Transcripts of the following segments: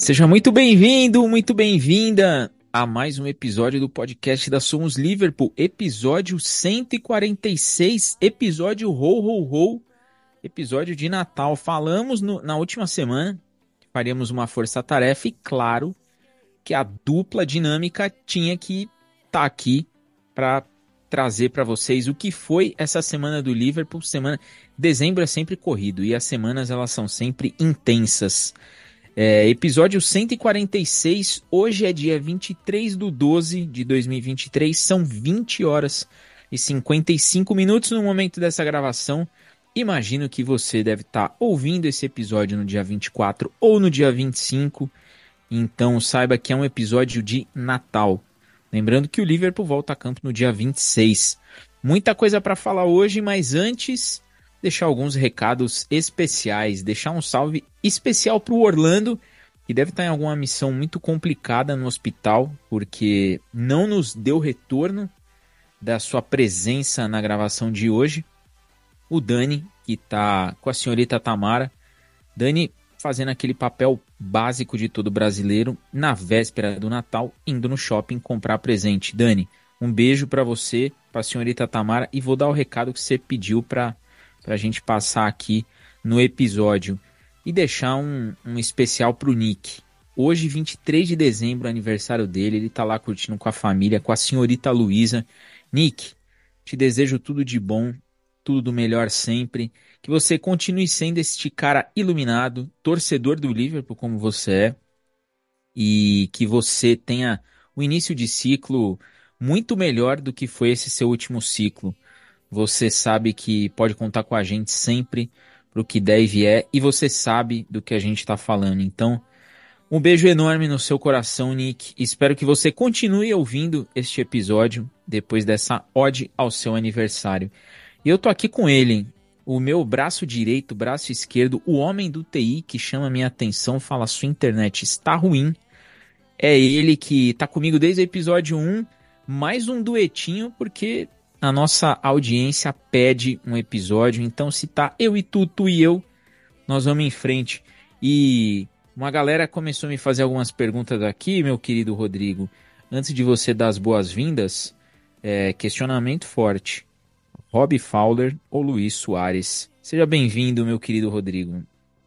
Seja muito bem-vindo, muito bem-vinda a mais um episódio do podcast da Somos Liverpool, episódio 146, episódio Ho Ho Ho, episódio de Natal. Falamos na última semana que faríamos uma força-tarefa e claro que a dupla dinâmica tinha que estar aqui para trazer para vocês o que foi essa semana do Liverpool. Dezembro é sempre corrido e as semanas elas são sempre intensas. Episódio 146, hoje é dia 23/12 de 2023, são 20 horas e 55 minutos no momento dessa gravação. Imagino que você deve estar ouvindo esse episódio no dia 24 ou no dia 25, então saiba que é um episódio de Natal. Lembrando que o Liverpool volta a campo no dia 26. Muita coisa para falar hoje, mas antes deixar alguns recados especiais, deixar um salve especial para o Orlando, que deve estar em alguma missão muito complicada no hospital, porque não nos deu retorno da sua presença na gravação de hoje. O Dani, que está com a senhorita Tamara. Dani fazendo aquele papel básico de todo brasileiro na véspera do Natal, indo no shopping comprar presente. Dani, um beijo para você, para a senhorita Tamara, e vou dar o recado que você pediu para a gente passar aqui no episódio e deixar um especial pro Nick. Hoje, 23 de dezembro, aniversário dele, ele tá lá curtindo com a família, com a senhorita Luísa. Nick, te desejo tudo de bom, tudo do melhor sempre, que você continue sendo este cara iluminado, torcedor do Liverpool como você é, e que você tenha o início de ciclo muito melhor do que foi esse seu último ciclo. Você sabe que pode contar com a gente sempre pro que der e vier, e você sabe do que a gente está falando. Então, um beijo enorme no seu coração, Nick. Espero que você continue ouvindo este episódio depois dessa ode ao seu aniversário. E eu tô aqui com ele, o meu braço direito, braço esquerdo, o homem do TI que chama minha atenção, fala: sua internet está ruim. É ele que tá comigo desde o episódio 1, mais um duetinho, porque a nossa audiência pede um episódio, então se tá eu e tu e eu, nós vamos em frente. E uma galera começou a me fazer algumas perguntas aqui, meu querido Rodrigo. Antes de você dar as boas-vindas, questionamento forte: Robbie Fowler ou Luís Soares? Seja bem-vindo, meu querido Rodrigo.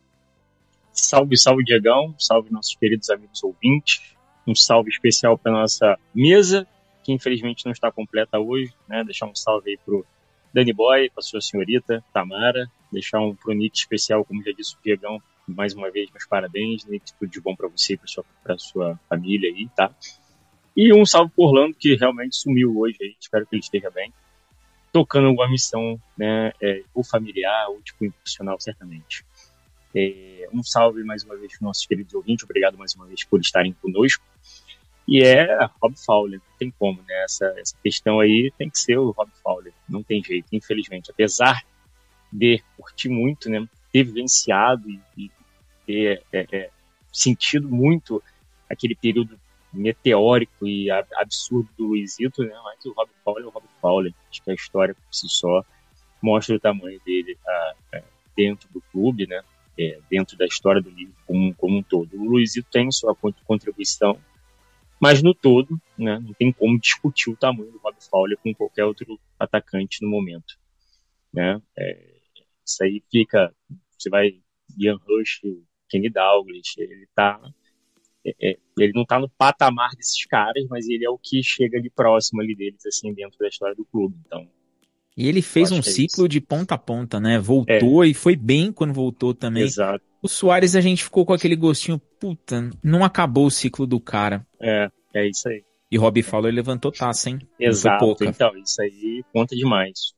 Salve, salve, Diegão. Salve, nossos queridos amigos ouvintes. Um salve especial para nossa mesa, que infelizmente não está completa hoje, né? Deixar um salve aí pro Danny Boy, para sua senhorita Tamara. Deixar um pro Nick especial, como já disse o Diegão. Mais uma vez, meus parabéns, Nick. Tudo de bom para você e para sua família aí, tá? E um salve pro Orlando, que realmente sumiu hoje aí. Espero que ele esteja bem. Tocando alguma missão, né? Ou familiar, ou tipo profissional, certamente. Um salve mais uma vez para os nossos queridos ouvintes, obrigado mais uma vez por estarem conosco. E Rob Fowler, não tem como, né? Essa questão aí tem que ser o Rob Fowler, não tem jeito, infelizmente. Apesar de curtir muito, né? Ter vivenciado e ter sentido muito aquele período meteórico e absurdo do Luizito, né? Mas o Rob Fowler é o Rob Fowler. Acho que a história por si só mostra o tamanho dele dentro do clube, né? Dentro da história do livro como um todo. O Luizito tem sua contribuição, mas no todo, né, não tem como discutir o tamanho do Rob Fowler com qualquer outro atacante no momento. Né? Isso aí fica... Você vai... Ian Rush, Kenny Dalglish, ele não está no patamar desses caras, mas ele é o que chega ali próximo ali deles, assim, dentro da história do clube. Então, e ele fez um ciclo de ponta a ponta, né? Voltou e foi bem quando voltou também. Exato. O Soares, a gente ficou com aquele gostinho, puta, não acabou o ciclo do cara. É isso aí. E Robbie Fowler levantou taça, hein? Exato. Não foi pouca. Então, isso aí conta demais.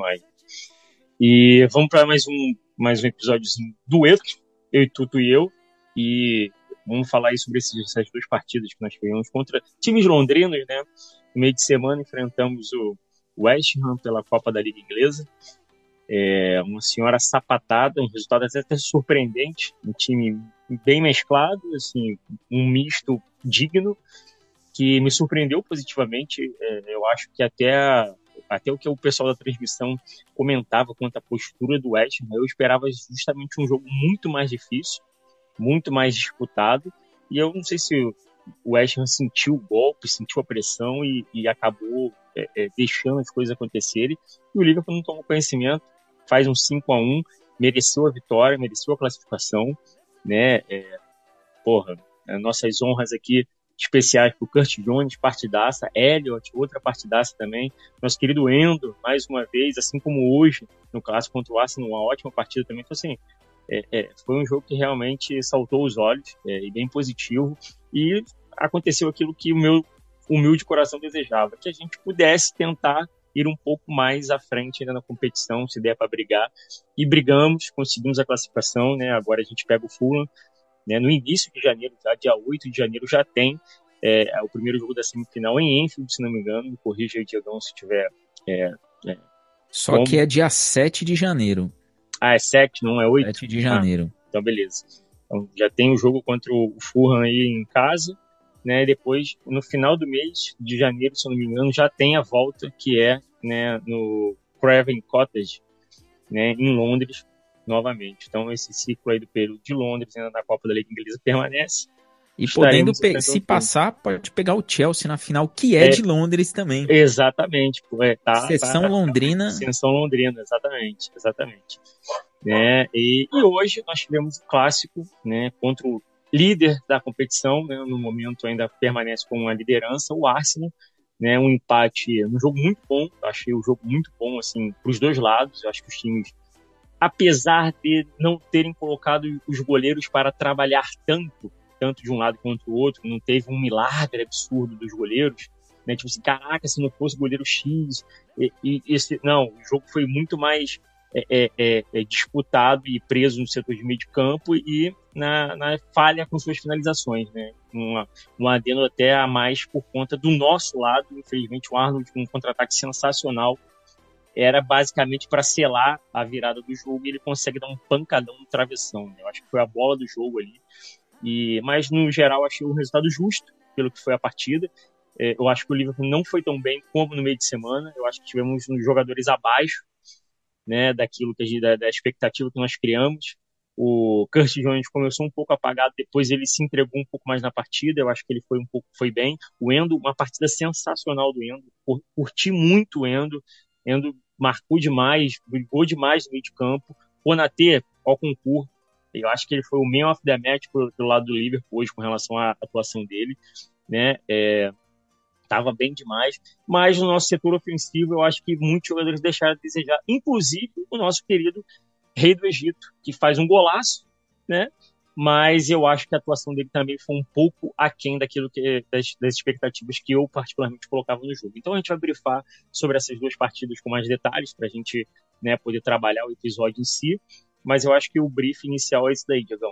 E vamos para mais um episódiozinho dueto, eu e Tuto e eu, e vamos falar aí sobre essas duas partidas que nós tivemos contra times londrinos, né? No meio de semana enfrentamos o West Ham pela Copa da Liga Inglesa. Uma senhora sapatada, um resultado até surpreendente, um time bem mesclado, assim, um misto digno, que me surpreendeu positivamente. Eu acho que até o que o pessoal da transmissão comentava quanto à postura do West Ham, eu esperava justamente um jogo muito mais difícil, muito mais disputado, E eu não sei se o West Ham sentiu o golpe, sentiu a pressão e acabou deixando as coisas acontecerem. E o Liverpool não tomou conhecimento, faz um 5-1, mereceu a vitória, mereceu a classificação, né? Porra, nossas honras aqui especiais para o Curtis Jones, partidaça, Elliot, outra partidaça também, nosso querido Endo, mais uma vez, assim como hoje, no clássico contra o Arsenal, uma ótima partida também. Então, assim, foi um jogo que realmente saltou os olhos, e bem positivo, e aconteceu aquilo que o meu humilde coração desejava, que a gente pudesse tentar ir um pouco mais à frente ainda na competição, se der para brigar, e brigamos, conseguimos a classificação, né? Agora a gente pega o Fulham, né? No início de janeiro, já, dia 8 de janeiro, já tem o primeiro jogo da semifinal em Enfield, se não me engano, me corrija aí, Diegão, se tiver Só como. que é dia 7 de janeiro. É 7, não é 8? 7 de janeiro. Então, beleza. Então, já tem o jogo contra o Fulham aí em casa, né? E depois, no final do mês de janeiro, se eu não me engano, já tem a volta, que é, né, no Craven Cottage, né, em Londres, novamente. Então, esse ciclo aí do período de Londres, ainda na Copa da Liga Inglesa, permanece. E podendo, Estaremos enfrentando se o Fulham. passar, pode pegar o Chelsea na final, que é de Londres também. Exatamente. Sessão Londrina. Sessão Londrina, exatamente. Né? E hoje nós tivemos o clássico, né, contra o líder da competição, né, no momento ainda permanece com a liderança, o Arsenal, né, um empate num jogo muito bom, eu achei o jogo muito bom assim, para os dois lados. Eu acho que os times, apesar de não terem colocado os goleiros para trabalhar tanto de um lado quanto do outro, não teve um milagre absurdo dos goleiros, né? Tipo assim, caraca, se não fosse o goleiro X, não, o jogo foi muito mais disputado e preso no setor de meio de campo e na falha com suas finalizações, né? Um adendo até a mais por conta do nosso lado. Infelizmente, o Arnold, com um contra-ataque sensacional, era basicamente para selar a virada do jogo, e ele consegue dar um pancadão no travessão, né? Eu acho que foi a bola do jogo ali. Mas, no geral, achei um resultado justo pelo que foi a partida. Eu acho que o Liverpool não foi tão bem como no meio de semana. Eu acho que tivemos uns jogadores abaixo, né, daquilo da expectativa que nós criamos. O Curtis Jones começou um pouco apagado, depois ele se entregou um pouco mais na partida. Eu acho que ele foi bem. O Endo, uma partida sensacional do Endo. Curti muito o Endo. Endo marcou demais, brigou demais no meio de campo. Konaté, ao concurso, eu acho que ele foi o man of the match pelo lado do Liverpool hoje com relação à atuação dele, né? Estava bem demais, mas no nosso setor ofensivo eu acho que muitos jogadores deixaram a desejar, inclusive o nosso querido Rei do Egito, que faz um golaço, né? Mas eu acho que a atuação dele também foi um pouco aquém daquilo das expectativas que eu particularmente colocava no jogo. Então a gente vai brifar sobre essas duas partidas com mais detalhes para a gente, né, poder trabalhar o episódio em si, mas eu acho que o brief inicial é esse daí, Diegão.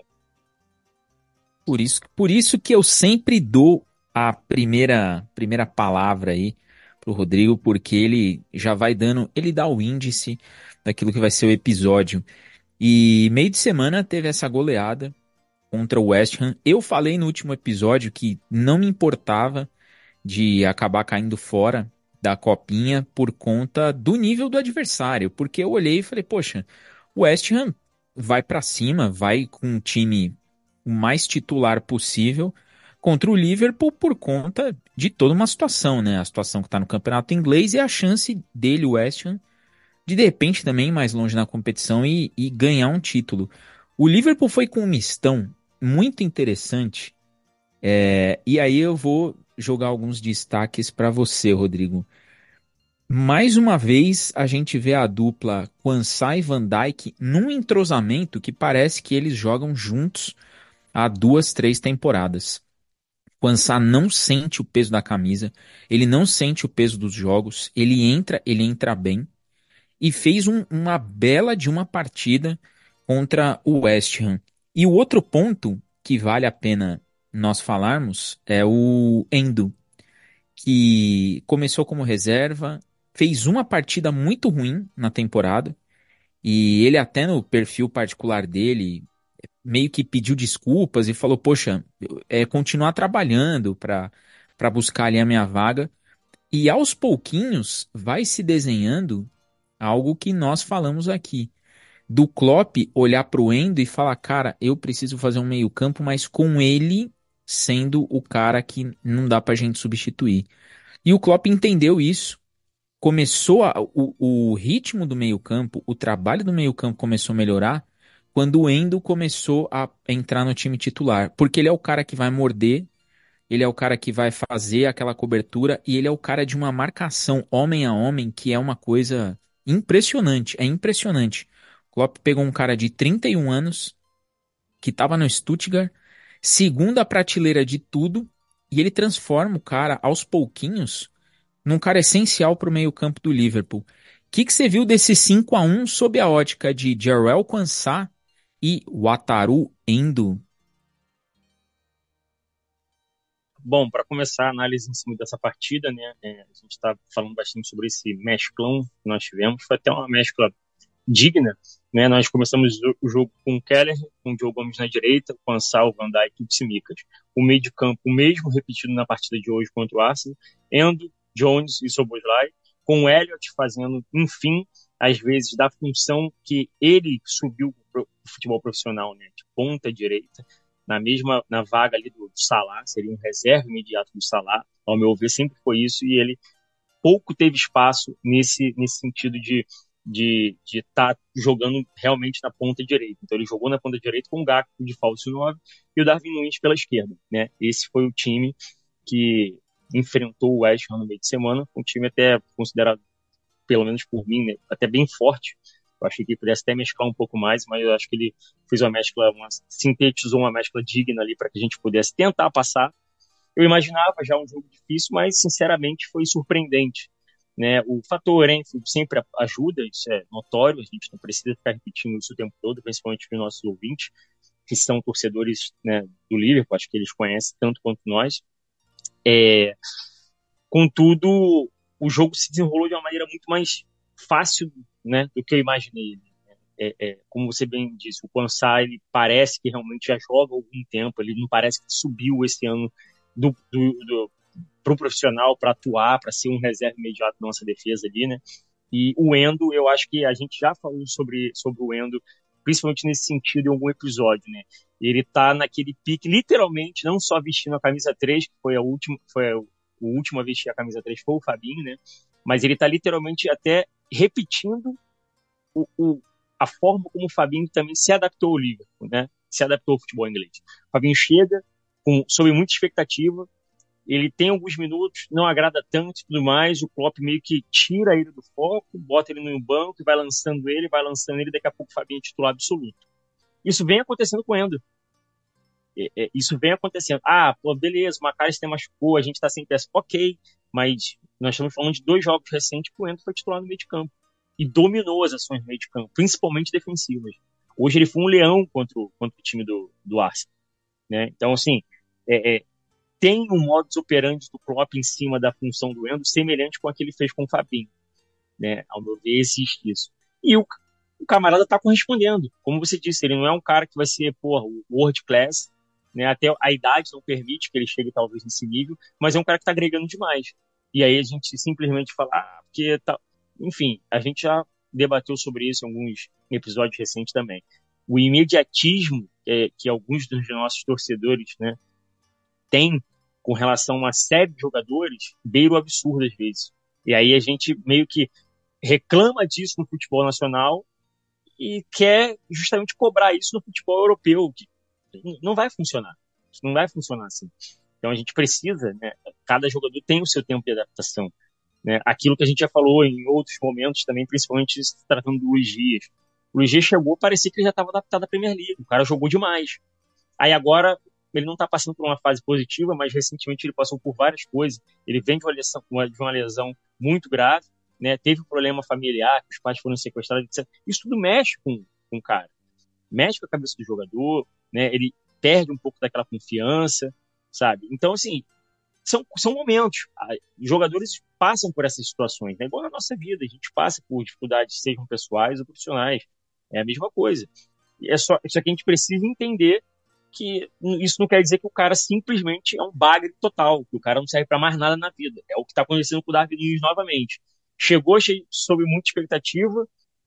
Por isso que eu sempre dou a primeira palavra aí pro Rodrigo, porque ele já vai dando, ele dá o índice daquilo que vai ser o episódio. E meio de semana teve essa goleada contra o West Ham. Eu falei no último episódio que não me importava de acabar caindo fora da copinha por conta do nível do adversário, porque eu olhei e falei, poxa, o West Ham vai pra cima, vai com um time o mais titular possível contra o Liverpool por conta de toda uma situação, né? A situação que tá no campeonato inglês e a chance dele, o West Ham, de repente também ir mais longe na competição e ganhar um título. O Liverpool foi com um mistão muito interessante, e aí eu vou jogar alguns destaques para você, Rodrigo. Mais uma vez a gente vê a dupla Quansah e Van Dijk num entrosamento que parece que eles jogam juntos há 2, 3 temporadas. Quansah não sente o peso da camisa, ele não sente o peso dos jogos, ele entra bem e fez uma bela de uma partida contra o West Ham. E o outro ponto que vale a pena nós falarmos é o Endo, que começou como reserva, fez uma partida muito ruim na temporada, e ele até no perfil particular dele meio que pediu desculpas e falou, poxa, continuar trabalhando para buscar ali a minha vaga. E aos pouquinhos vai se desenhando algo que nós falamos aqui. Do Klopp olhar para o Endo e falar, cara, eu preciso fazer um meio-campo, mas com ele sendo o cara que não dá pra gente substituir. E o Klopp entendeu isso, o ritmo do meio-campo, o trabalho do meio-campo começou a melhorar quando o Endo começou a entrar no time titular, porque ele é o cara que vai morder, ele é o cara que vai fazer aquela cobertura e ele é o cara de uma marcação homem a homem que é uma coisa impressionante, é impressionante. O Klopp pegou um cara de 31 anos que estava no Stuttgart, segunda prateleira de tudo, e ele transforma o cara aos pouquinhos num cara essencial para o meio-campo do Liverpool. O que você viu desse 5-1 sob a ótica de Jarell Quansah e Wataru Endo? Bom, para começar a análise em cima dessa partida, né, a gente está falando bastante sobre esse mesclão que nós tivemos. Foi até uma mescla digna, né? Nós começamos o jogo com o Keller, com o Diogo Gomes na direita, com o Ansar, o Van Dijk e o Tsimikas. O meio de campo, o mesmo repetido na partida de hoje contra o Arsenal, Endo, Jones e Szoboszlai, com o Elliott fazendo, enfim, às vezes, da função que ele subiu para o futebol profissional, né? De ponta direita, na vaga ali do Salah, seria um reserva imediato do Salah, ao meu ver, sempre foi isso, e ele pouco teve espaço nesse sentido de estar jogando realmente na ponta direita. Então ele jogou na ponta direita com o Gakpo de falso 9 e o Darwin Núñez pela esquerda, né? Esse foi o time que enfrentou o West Ham no meio de semana, um time até considerado, pelo menos por mim, né, até bem forte. Eu achei que ele pudesse até mesclar um pouco mais, mas eu acho que ele fez sintetizou uma mescla digna ali para que a gente pudesse tentar passar. Eu imaginava já um jogo difícil, mas sinceramente foi surpreendente, né? O fator Enfield sempre ajuda, isso é notório, a gente não precisa ficar repetindo isso o tempo todo, principalmente para os nossos ouvintes, que são torcedores, né, do Liverpool, acho que eles conhecem tanto quanto nós. É, contudo, o jogo se desenrolou de uma maneira muito mais fácil, né, do que eu imaginei. Como você bem disse, o Quansah, ele parece que realmente já joga há algum tempo, ele não parece que subiu esse ano para o profissional, para atuar, para ser um reserva imediato da nossa defesa ali, né? E o Endo, eu acho que a gente já falou sobre o Endo, principalmente nesse sentido em algum episódio, né? Ele tá naquele pique, literalmente, não só vestindo a camisa 3, que foi o último a vestir a camisa 3 foi o Fabinho, né? Mas ele tá literalmente até repetindo o, o, a forma como o Fabinho também se adaptou ao Liverpool, né? Se adaptou ao futebol inglês. O Fabinho chega sob muita expectativa, ele tem alguns minutos, não agrada tanto e tudo mais, o Klopp meio que tira ele do foco, bota ele no banco e vai lançando ele, daqui a pouco o Fabinho é titular absoluto. Isso vem acontecendo com o Endo. Isso vem acontecendo. Ah, pô, beleza, o McAllister machucou, a gente tá sem peça. Ok, mas nós estamos falando de 2 jogos recentes que o Endo foi titular no meio de campo. E dominou as ações no meio de campo, principalmente defensivas. Hoje ele foi um leão contra o time do Arsenal, né? Então, assim, tem um modus operandi do Klopp em cima da função do Endo semelhante com a que ele fez com o Fabinho, né? Ao meu ver, existe isso. E o camarada tá correspondendo. Como você disse, ele não é um cara que vai ser, porra, o world class, né? Até a idade não permite que ele chegue talvez nesse nível, mas é um cara que tá agregando demais. E aí a gente simplesmente fala, porque tá... Enfim, a gente já debateu sobre isso em alguns episódios recentes também. O imediatismo que alguns dos nossos torcedores, né, têm com relação a uma série de jogadores beira o absurdo às vezes. E aí a gente meio que reclama disso no futebol nacional e quer justamente cobrar isso no futebol europeu, que não vai funcionar. Isso não vai funcionar assim. Então a gente precisa, né, cada jogador tem o seu tempo de adaptação, né? Aquilo que a gente já falou em outros momentos também, principalmente se tratando do Luiz Dias. O Luiz Dias chegou, parecia que ele já estava adaptado à Premier League. O cara jogou demais. Aí agora ele não está passando por uma fase positiva, mas recentemente ele passou por várias coisas. Ele vem de uma lesão muito grave, né? Teve um problema familiar, que os pais foram sequestrados, etc. Isso tudo mexe com o cara. Mexe com a cabeça do jogador, né? Ele perde um pouco daquela confiança, sabe? Então, assim, são momentos. Os jogadores passam por essas situações, né? Igual na nossa vida, a gente passa por dificuldades, sejam pessoais ou profissionais. É a mesma coisa. Só que a gente precisa entender que isso não quer dizer que o cara simplesmente é um bagre total, que o cara não serve para mais nada na vida. É o que está acontecendo com o Darwin Núñez novamente. Chegou sob muita expectativa,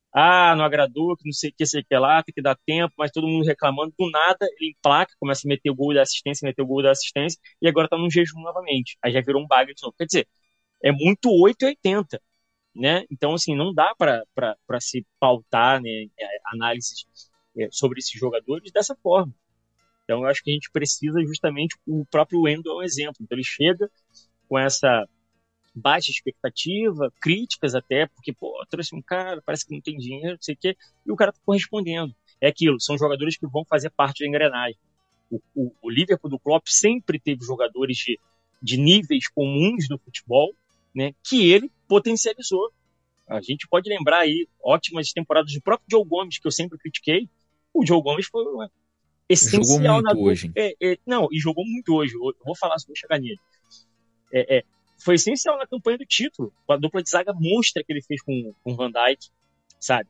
não agradou, que não sei o que lá, tem que dar tempo, mas todo mundo reclamando. Do nada, ele emplaca, começa a meter o gol da assistência, meter o gol da assistência, e agora tá num jejum novamente. Aí já virou um bagre de novo. Quer dizer, é muito 880, né? Então, assim, não dá para se pautar, né, análises sobre esses jogadores dessa forma. Então, eu acho que a gente precisa justamente, o próprio Wendel é um exemplo. Então, ele chega com essa baixa expectativa, críticas até, porque, pô, trouxe um cara, parece que não tem dinheiro, não sei o quê, e o cara tá correspondendo. É aquilo, são jogadores que vão fazer parte da engrenagem. O Liverpool do Klopp sempre teve jogadores de níveis comuns do futebol, né, que ele potencializou. A gente pode lembrar aí ótimas temporadas do próprio Joe Gomes, que eu sempre critiquei. O Joe Gomes foi Jogou essencial na muito dupla. hoje. Não, e jogou muito hoje. Eu vou falar, vou chegar nele. É, é, Foi essencial na campanha do título. A dupla de zaga monstra que ele fez com o Van Dijk, sabe?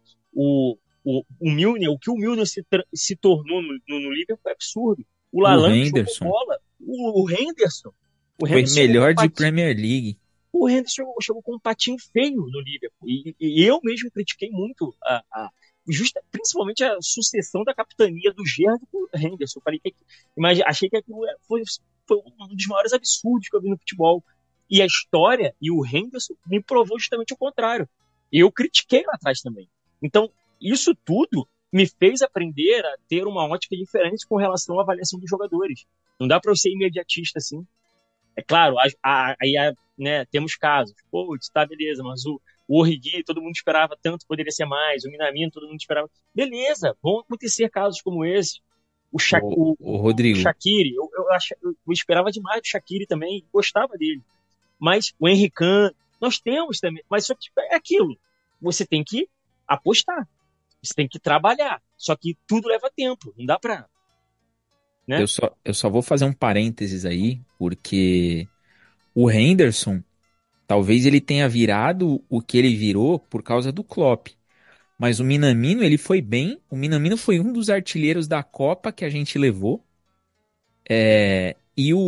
O Milner, o que o Milner se tornou no Liverpool é absurdo. O O Lalana jogou Henderson bola. O Henderson. O foi Henderson chegou com um melhor de patinho. Premier League. O Henderson chegou com um patinho feio no Liverpool. E eu mesmo critiquei muito principalmente a sucessão da capitania do Gerrard com o Henderson. Falei mas achei que aquilo foi um dos maiores absurdos que eu vi no futebol. E a história e o Henderson me provou justamente o contrário. Eu critiquei lá atrás também. Então, isso tudo me fez aprender a ter uma ótica diferente com relação à avaliação dos jogadores. Não dá para eu ser imediatista assim. É claro, aí né, temos casos. Pô, tá beleza, mas o Origi, todo mundo esperava tanto, poderia ser mais. O Minamino, todo mundo esperava. Beleza, vão acontecer casos como esse. O O Rodrigo, Shaqiri, eu esperava demais do Shaqiri também, gostava dele. Mas o Henrique, nós temos também. Mas só que é aquilo. Você tem que apostar. Você tem que trabalhar. Só que tudo leva tempo. Não dá pra. Né? eu só vou fazer um parênteses aí, porque o Henderson, talvez ele tenha virado o que ele virou por causa do Klopp. Mas o Minamino, ele foi bem. O Minamino foi um dos artilheiros da Copa que a gente levou. E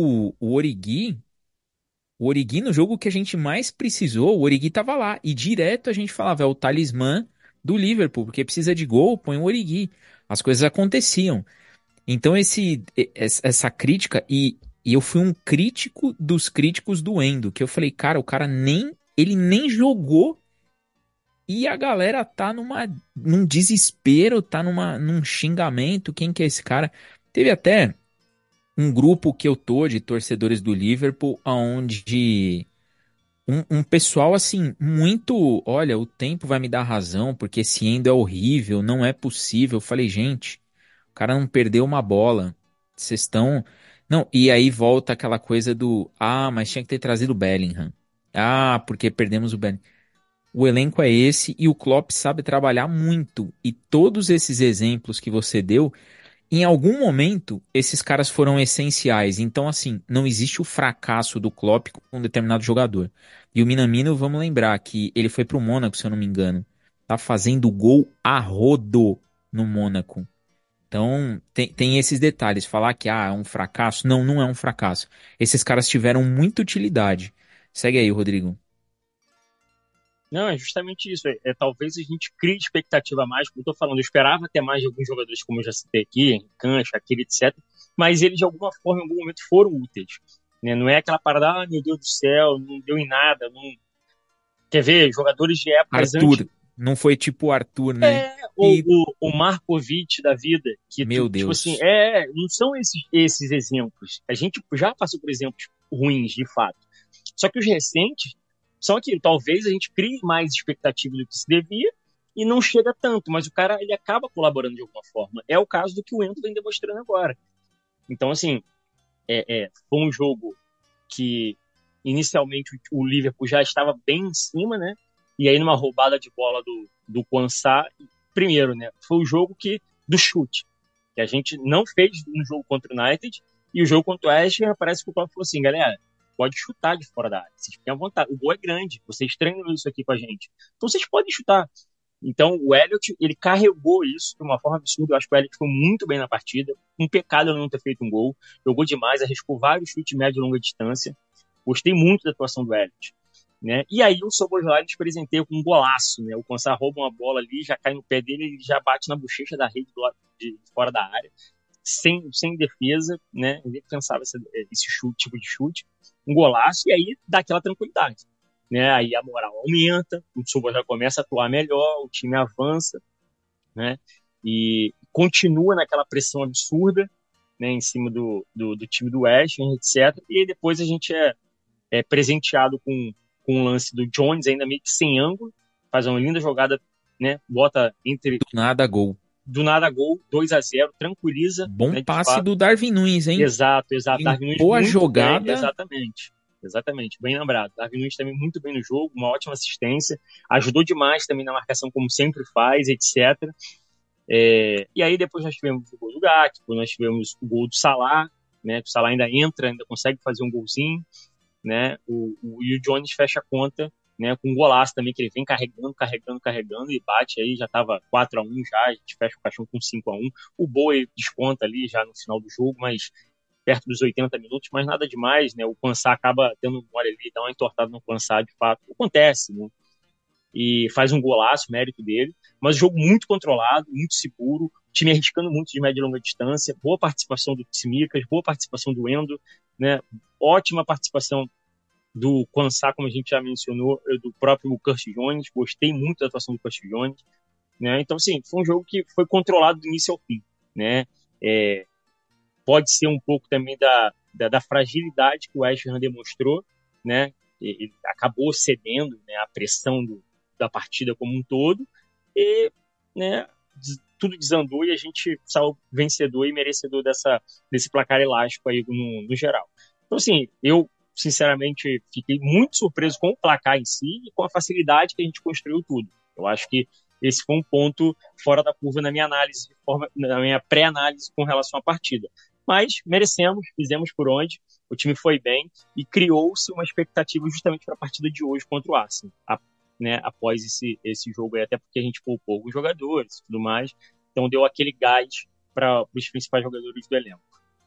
o Origi no jogo que a gente mais precisou, o Origi tava lá. E direto a gente falava, é o talismã do Liverpool, porque precisa de gol, põe o Origi. As coisas aconteciam. Então essa crítica, e eu fui um crítico dos críticos do Endo, que eu falei, cara, o cara ele nem jogou e a galera tá num desespero, tá num xingamento, quem que é esse cara? Teve até um grupo que eu tô de torcedores do Liverpool, onde um pessoal assim, muito, olha, o tempo vai me dar razão, porque esse Endo é horrível, não é possível. Eu falei, gente, o cara não perdeu uma bola. Vocês estão. Não, e aí volta aquela coisa do. Ah, mas tinha que ter trazido o Bellingham. Ah, porque perdemos o Bellingham. O elenco é esse e o Klopp sabe trabalhar muito. E todos esses exemplos que você deu, em algum momento, esses caras foram essenciais. Então, assim, não existe o fracasso do Klopp com um determinado jogador. E o Minamino, vamos lembrar que ele foi pro Mônaco, se eu não me engano. Tá fazendo gol a rodo no Mônaco. Então, tem esses detalhes. Falar que é um fracasso. Não, não é um fracasso. Esses caras tiveram muita utilidade. Segue aí, Rodrigo. Não, é justamente isso. Talvez a gente crie expectativa a mais, como eu tô falando, eu esperava até mais de alguns jogadores, como eu já citei aqui, Henrique, Shaqiri, etc. Mas eles, de alguma forma, em algum momento, foram úteis. Né? Não é aquela parada, meu Deus do céu, não deu em nada. Não... Quer ver? Jogadores de épocas antes. Arthur. Não foi tipo o Arthur, né? Ou E, o Markovic da vida, que, meu tipo assim, Deus. não são esses exemplos. A gente já passou por exemplos ruins, de fato. Só que os recentes são aquilo. Talvez a gente crie mais expectativa do que se devia e não chega tanto, mas o cara ele acaba colaborando de alguma forma. É o caso do que o Endo vem demonstrando agora. Então, assim, foi um jogo que inicialmente o Liverpool já estava bem em cima, né? E aí numa roubada de bola do Quansah, primeiro, né? Foi o jogo do chute, que a gente não fez no jogo contra o United, e o jogo contra o West Ham parece que o Klopp falou assim, galera, pode chutar de fora da área, vocês fiquem à vontade, o gol é grande, vocês treinam isso aqui com a gente, então vocês podem chutar. Então o Elliott, ele carregou isso de uma forma absurda. Eu acho que o Elliott foi muito bem na partida, um pecado ele não ter feito um gol, jogou demais, arriscou vários chutes médio e longa distância. Gostei muito da atuação do Elliott. né? E aí o Szoboszlai despresenteia com um golaço, né? O Konsa rouba uma bola ali, já cai no pé dele, ele já bate na bochecha da rede do lado de fora da área, sem defesa, né? Ele pensava esse chute, tipo de chute, um golaço, e aí dá aquela tranquilidade, né? Aí a moral aumenta, o Szoboszlai começa a atuar melhor, o time avança, né? E continua naquela pressão absurda, né? Em cima do time do West Ham, etc. E aí depois a gente é presenteado com um lance do Jones, ainda meio que sem ângulo, faz uma linda jogada, né? Bota entre Do nada, gol. do nada gol, 2-0, tranquiliza, Bom né? De passe fato. do Darwin Núñez, hein? Exato, exato. Darwin Nunes Limpou a muito bem, jogada. exatamente. Exatamente, bem lembrado. Darwin Nunes também muito bem no jogo, uma ótima assistência, ajudou demais também na marcação, como sempre faz, etc. E aí depois nós tivemos o gol do Gakpo, nós tivemos o gol do Salah, né? O Salah ainda entra, ainda consegue fazer um golzinho, né? E o Jones fecha a conta, né? Com um golaço também, que ele vem carregando e bate aí, já estava 4-1 já, a gente fecha o caixão com 5-1. O Boe desconta ali já no final do jogo, mas perto dos 80 minutos, mas nada demais, né? O Quansah acaba tendo um mole ali, dá uma entortada no Quansah, de fato. Acontece, né? E faz um golaço, mérito dele, mas o jogo muito controlado, muito seguro, o time arriscando muito de média e longa distância, boa participação do Tsimikas, boa participação do Endo, né? Ótima participação do Quansah, como a gente já mencionou, do próprio Curtis Jones, gostei muito da atuação do Curtis Jones, né? Então, assim, foi um jogo que foi controlado do início ao fim, né? Pode ser um pouco também da fragilidade que o West Ham demonstrou, né? Ele acabou cedendo, né, à pressão da partida como um todo e, né, tudo desandou e a gente saiu vencedor e merecedor desse placar elástico aí no geral. Então, assim, eu sinceramente fiquei muito surpreso com o placar em si e com a facilidade que a gente construiu tudo. Eu acho que esse foi um ponto fora da curva na minha análise, na minha pré-análise com relação à partida. Mas merecemos, fizemos por onde, o time foi bem e criou-se uma expectativa justamente para a partida de hoje contra o Arsenal, né, após esse jogo aí, até porque a gente poupou alguns jogadores e tudo mais, então deu aquele gás para os principais jogadores do elenco.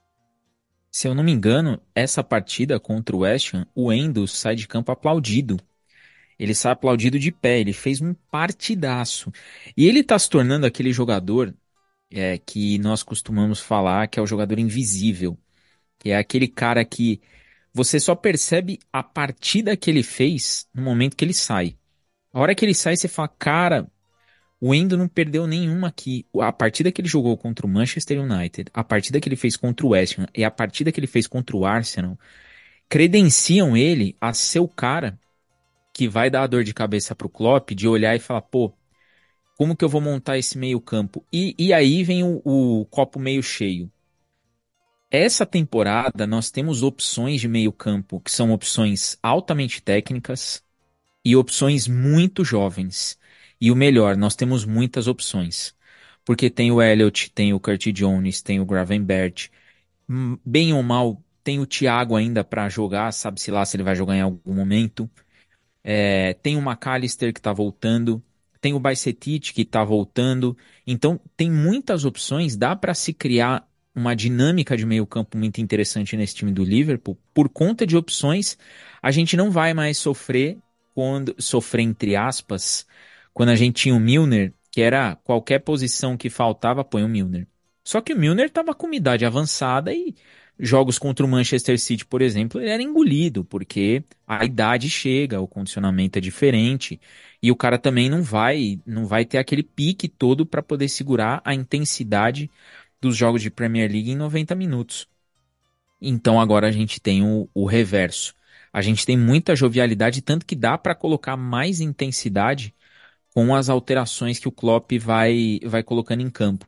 Se eu não me engano, essa partida contra o West Ham, o Endo sai de campo aplaudido. Ele sai aplaudido de pé, ele fez um partidaço. E ele tá se tornando aquele jogador que nós costumamos falar que é o jogador invisível. Que é aquele cara que você só percebe a partida que ele fez no momento que ele sai. A hora que ele sai, você fala, cara, o Endo não perdeu nenhuma aqui. A partida que ele jogou contra o Manchester United, a partida que ele fez contra o West Ham e a partida que ele fez contra o Arsenal credenciam ele a ser o cara que vai dar a dor de cabeça pro Klopp de olhar e falar, pô, como que eu vou montar esse meio campo? E aí vem o copo meio cheio. Essa temporada nós temos opções de meio campo que são opções altamente técnicas e opções muito jovens. E o melhor, nós temos muitas opções. Porque tem o Elliott, tem o Curtis Jones, tem o Gravenberch. Bem ou mal, tem o Thiago ainda para jogar, sabe-se lá se ele vai jogar em algum momento. Tem o McAllister que tá voltando. Tem o Bajcetic que tá voltando. Então, tem muitas opções. Dá para se criar uma dinâmica de meio campo muito interessante nesse time do Liverpool. Por conta de opções, a gente não vai mais sofrer entre aspas, quando a gente tinha o Milner, que era qualquer posição que faltava, põe o Milner. Só que o Milner tava com uma idade avançada e jogos contra o Manchester City, por exemplo, ele era engolido, porque a idade chega, o condicionamento é diferente, e o cara também não vai ter aquele pique todo para poder segurar a intensidade dos jogos de Premier League em 90 minutos. Então agora a gente tem o reverso. A gente tem muita jovialidade, tanto que dá para colocar mais intensidade com as alterações que o Klopp vai colocando em campo.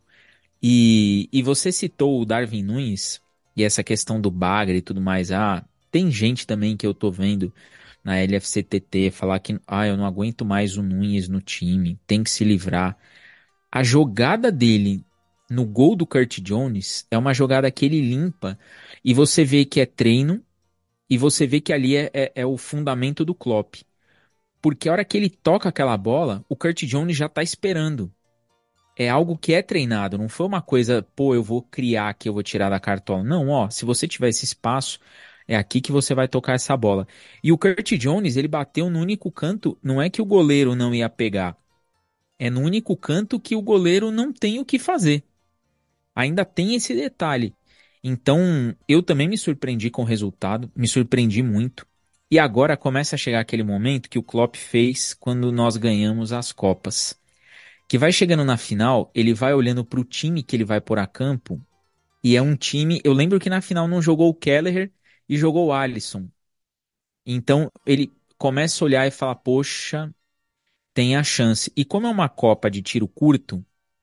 E você citou o Darwin Núñez e essa questão do bagre e tudo mais. Tem gente também que eu tô vendo na LFCTT falar que eu não aguento mais o Núñez no time, tem que se livrar. A jogada dele no gol do Curtis Jones é uma jogada que ele limpa e você vê que é treino e você vê que ali é o fundamento do Klopp. Porque a hora que ele toca aquela bola, o Curtis Jones já tá esperando. É algo que é treinado, não foi uma coisa, pô, eu vou criar aqui, eu vou tirar da cartola. Não, ó, se você tiver esse espaço, É aqui que você vai tocar essa bola. E o Curtis Jones, ele bateu no único canto, não é que o goleiro não ia pegar, é no único canto que o goleiro não tem o que fazer. Ainda tem esse detalhe. Então, eu também me surpreendi com o resultado, me surpreendi muito. E agora começa a chegar aquele momento que o Klopp fez quando nós ganhamos as Copas. Que vai chegando na final, ele vai olhando para o time que ele vai pôr a campo, e é um time. Eu lembro que na final não jogou o Kelleher e jogou o Alisson. Então ele começa a olhar e fala: Poxa, tem a chance. E como é uma Copa de tiro curto,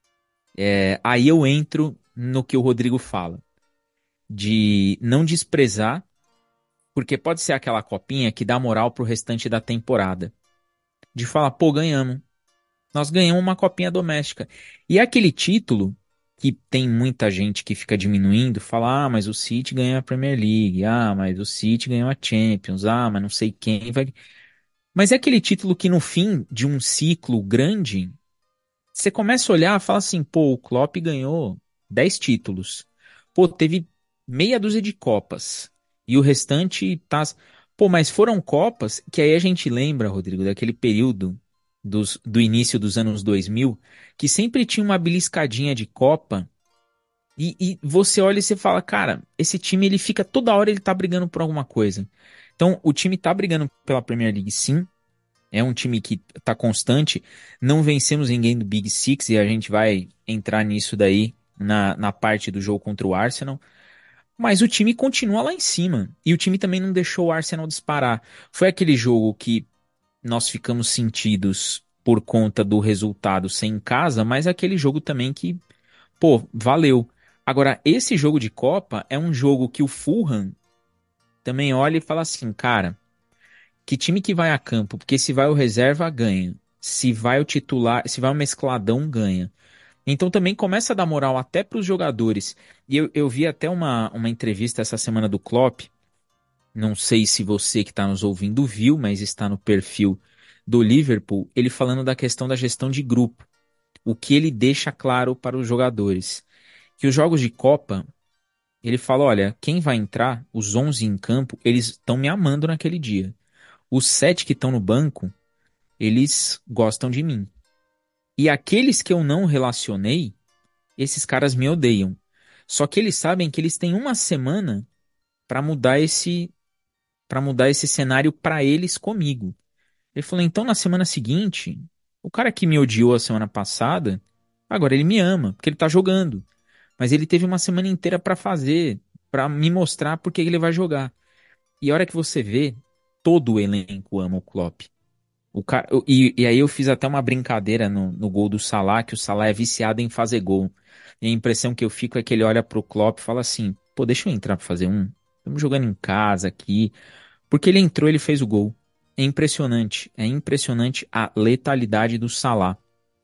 aí eu entro no que o Rodrigo fala, de não desprezar, porque pode ser aquela copinha que dá moral pro restante da temporada. De falar, pô, ganhamos. Nós ganhamos uma copinha doméstica. E é aquele título que tem muita gente que fica diminuindo, fala, mas o City ganhou a Premier League, mas o City ganhou a Champions, mas não sei quem vai. Mas é aquele título que no fim de um ciclo grande, você começa a olhar e fala assim, pô, o Klopp ganhou 10 títulos. Pô, teve meia dúzia de Copas. E o restante tá. Pô, mas foram Copas que aí a gente lembra, Rodrigo, daquele período do início dos anos 2000, que sempre tinha uma beliscadinha de Copa. E você olha e você fala, cara, esse time ele fica toda hora ele tá brigando por alguma coisa. Então, o time tá brigando pela Premier League, sim. É um time que tá constante. Não vencemos ninguém do Big Six e a gente vai entrar nisso daí na parte do jogo contra o Arsenal. Mas o time continua lá em cima. E o time também não deixou o Arsenal disparar. Foi aquele jogo que nós ficamos sentidos por conta do resultado sem em casa, mas é aquele jogo também que, pô, valeu. Agora, esse jogo de Copa é um jogo que o Fulham também olha e fala assim, cara. Que time que vai a campo? Porque se vai o reserva, ganha. Se vai o titular, se vai o mescladão, ganha. Então também começa a dar moral até para os jogadores. E eu vi até uma entrevista essa semana do Klopp. Não sei se você que está nos ouvindo viu, mas está no perfil do Liverpool. Ele falando da questão da gestão de grupo. O que ele deixa claro para os jogadores. Que os jogos de Copa, ele fala, olha, quem vai entrar, os 11 em campo, eles estão me amando naquele dia. Os 7 que estão no banco, eles gostam de mim. E aqueles que eu não relacionei, esses caras me odeiam. Só que eles sabem que eles têm uma semana para mudar esse cenário para eles comigo. Ele falou: "Então na semana seguinte, o cara que me odiou a semana passada, agora ele me ama, porque ele tá jogando. Mas ele teve uma semana inteira para fazer, para me mostrar por que ele vai jogar. E a hora que você vê, todo o elenco ama o Klopp. E aí eu fiz até uma brincadeira no gol do Salah, que o Salah é viciado em fazer gol. E a impressão que eu fico é que ele olha pro Klopp e fala assim, pô, deixa eu entrar pra fazer um. Estamos jogando em casa aqui. Porque ele entrou, ele fez o gol. É impressionante a letalidade do Salah.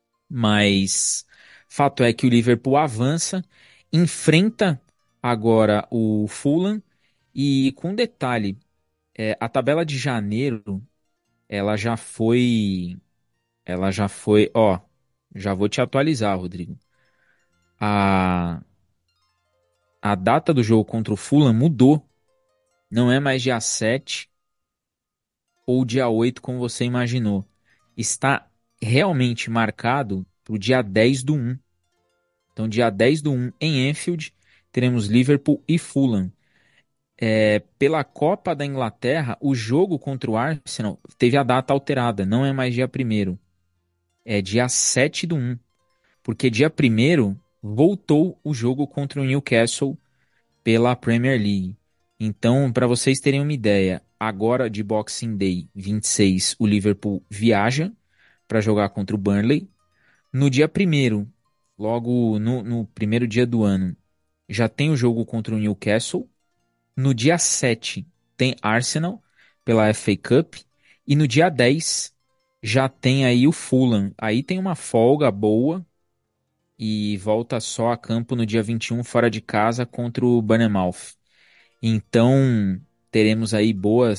Mas fato é que o Liverpool avança, enfrenta agora o Fulham e com detalhe, a tabela de janeiro, ela já foi ó, já vou te atualizar, Rodrigo. A, a data do jogo contra o Fulham mudou. Não é mais dia 7 ou dia 8 como você imaginou. Está realmente marcado para o dia 10 do 1. Então, dia 10 do 1 em Anfield, teremos Liverpool e Fulham. Pela Copa da Inglaterra, o jogo contra o Arsenal teve a data alterada. Não é mais dia 1º. É dia 7 do 1. Porque dia 1º voltou o jogo contra o Newcastle pela Premier League. Então, para vocês terem uma ideia, agora de Boxing Day 26, o Liverpool viaja para jogar contra o Burnley. No dia 1º, logo no primeiro dia do ano, já tem o jogo contra o Newcastle. No dia 7 tem Arsenal pela FA Cup. E no dia 10 já tem aí o Fulham. Aí tem uma folga boa e volta só a campo no dia 21 fora de casa contra o Bournemouth. Então, teremos aí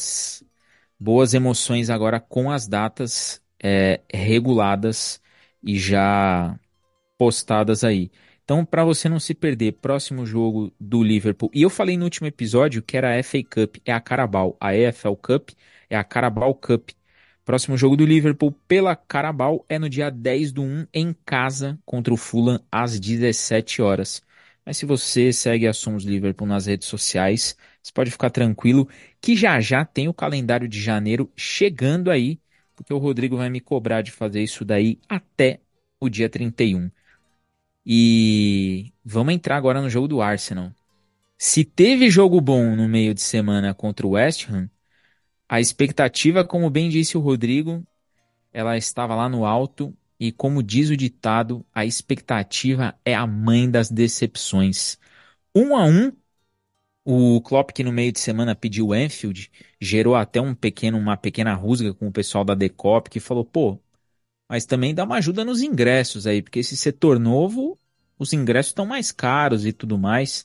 boas emoções agora com as datas reguladas e já postadas aí. Então, para você não se perder, próximo jogo do Liverpool. E eu falei no último episódio que era a FA Cup, é a Carabao. A EFL Cup é a Carabao Cup. Próximo jogo do Liverpool pela Carabao é no dia 10/1 em casa contra o Fulham às 17 horas. Mas se você segue a Somos Liverpool nas redes sociais, você pode ficar tranquilo que já já tem o calendário de janeiro chegando aí, porque o Rodrigo vai me cobrar de fazer isso daí até o dia 31. E vamos entrar agora no jogo do Arsenal. Se teve jogo bom no meio de semana contra o West Ham, a expectativa, como bem disse o Rodrigo, ela estava lá no alto e, como diz o ditado, a expectativa é a mãe das decepções. 1-1, o Klopp que no meio de semana pediu o Anfield, gerou até uma pequena rusga com o pessoal da Decop que falou, pô, mas também dá uma ajuda nos ingressos aí, porque esse setor novo, os ingressos estão mais caros e tudo mais.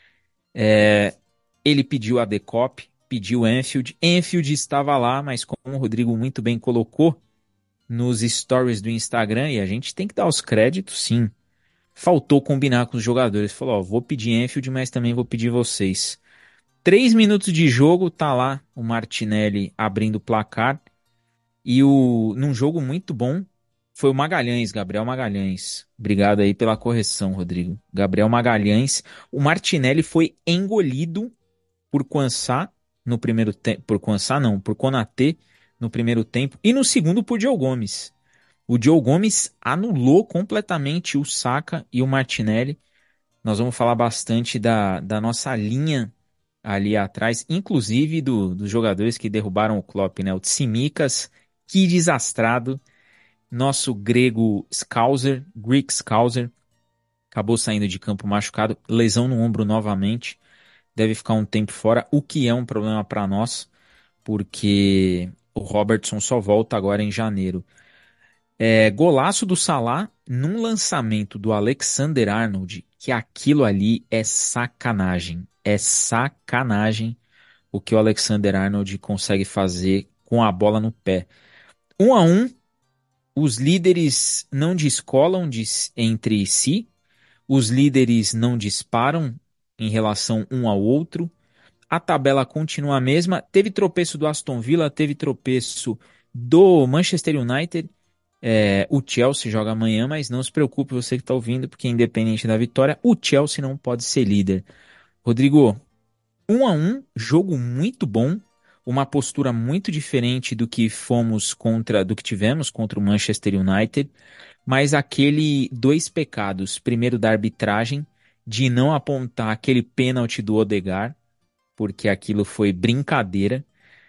Ele pediu a Decop, pediu Anfield. Anfield estava lá, mas como o Rodrigo muito bem colocou nos stories do Instagram, e a gente tem que dar os créditos, sim. Faltou combinar com os jogadores. Falou, ó, vou pedir Anfield, mas também vou pedir vocês. 3 minutos de jogo, tá lá o Martinelli abrindo o placar. E num jogo muito bom, foi o Magalhães, Gabriel Magalhães. Obrigado aí pela correção, Rodrigo. Gabriel Magalhães. O Martinelli foi engolido por Quansá no primeiro tempo. Por Quansá não, por Konaté no primeiro tempo. E no segundo por Joe Gomes. O Joe Gomes anulou completamente o Saka e o Martinelli. Nós vamos falar bastante da nossa linha ali atrás, inclusive dos jogadores que derrubaram o Klopp, né? O Tsimikas, que desastrado. Nosso grego Scouser, Greek Scouser, acabou saindo de campo machucado, lesão no ombro novamente, deve ficar um tempo fora, o que é um problema para nós, porque o Robertson só volta agora em janeiro. Golaço do Salah num lançamento do Alexander-Arnold, que aquilo ali é sacanagem. É sacanagem o que o Alexander-Arnold consegue fazer com a bola no pé. 1-1, os líderes não descolam entre si, os líderes não disparam em relação um ao outro, a tabela continua a mesma. Teve tropeço do Aston Villa, teve tropeço do Manchester United. O Chelsea joga amanhã, mas não se preocupe você que está ouvindo, porque independente da vitória, o Chelsea não pode ser líder. Rodrigo, 1-1, jogo muito bom, uma postura muito diferente do que tivemos contra o Manchester United, mas aquele dois pecados, primeiro da arbitragem, de não apontar aquele pênalti do Odegaard, porque aquilo foi brincadeira.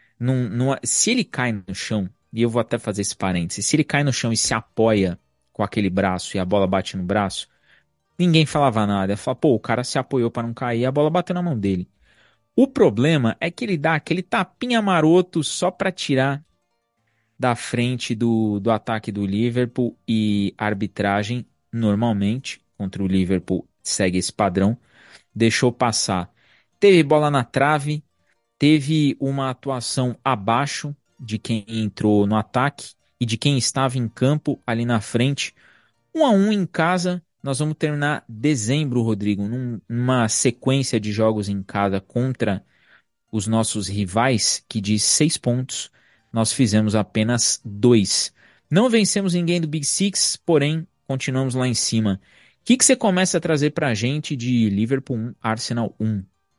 Se ele cai no chão, e eu vou até fazer esse parênteses, se ele cai no chão e se apoia com aquele braço e a bola bate no braço, ninguém falava nada. Fala, pô, o cara se apoiou para não cair, a bola bateu na mão dele. O problema é que ele dá aquele tapinha maroto só para tirar da frente do ataque do Liverpool, e a arbitragem, normalmente, contra o Liverpool, segue esse padrão, deixou passar. Teve bola na trave, teve uma atuação abaixo de quem entrou no ataque e de quem estava em campo ali na frente. 1-1 em casa, nós vamos terminar dezembro, Rodrigo, numa sequência de jogos em casa contra os nossos rivais, que de 6 pontos, nós fizemos apenas 2. Não vencemos ninguém do Big Six, porém, continuamos lá em cima. O que você começa a trazer pra gente de Liverpool 1, Arsenal 1?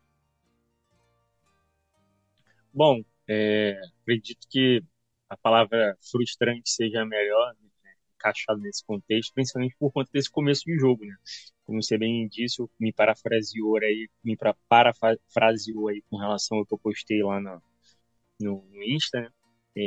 Bom, acredito que a palavra frustrante seja a melhor, né, encaixada nesse contexto, principalmente por conta desse começo de jogo, né? Como você bem disse, me parafraseou aí com relação ao que eu postei lá no Insta, né?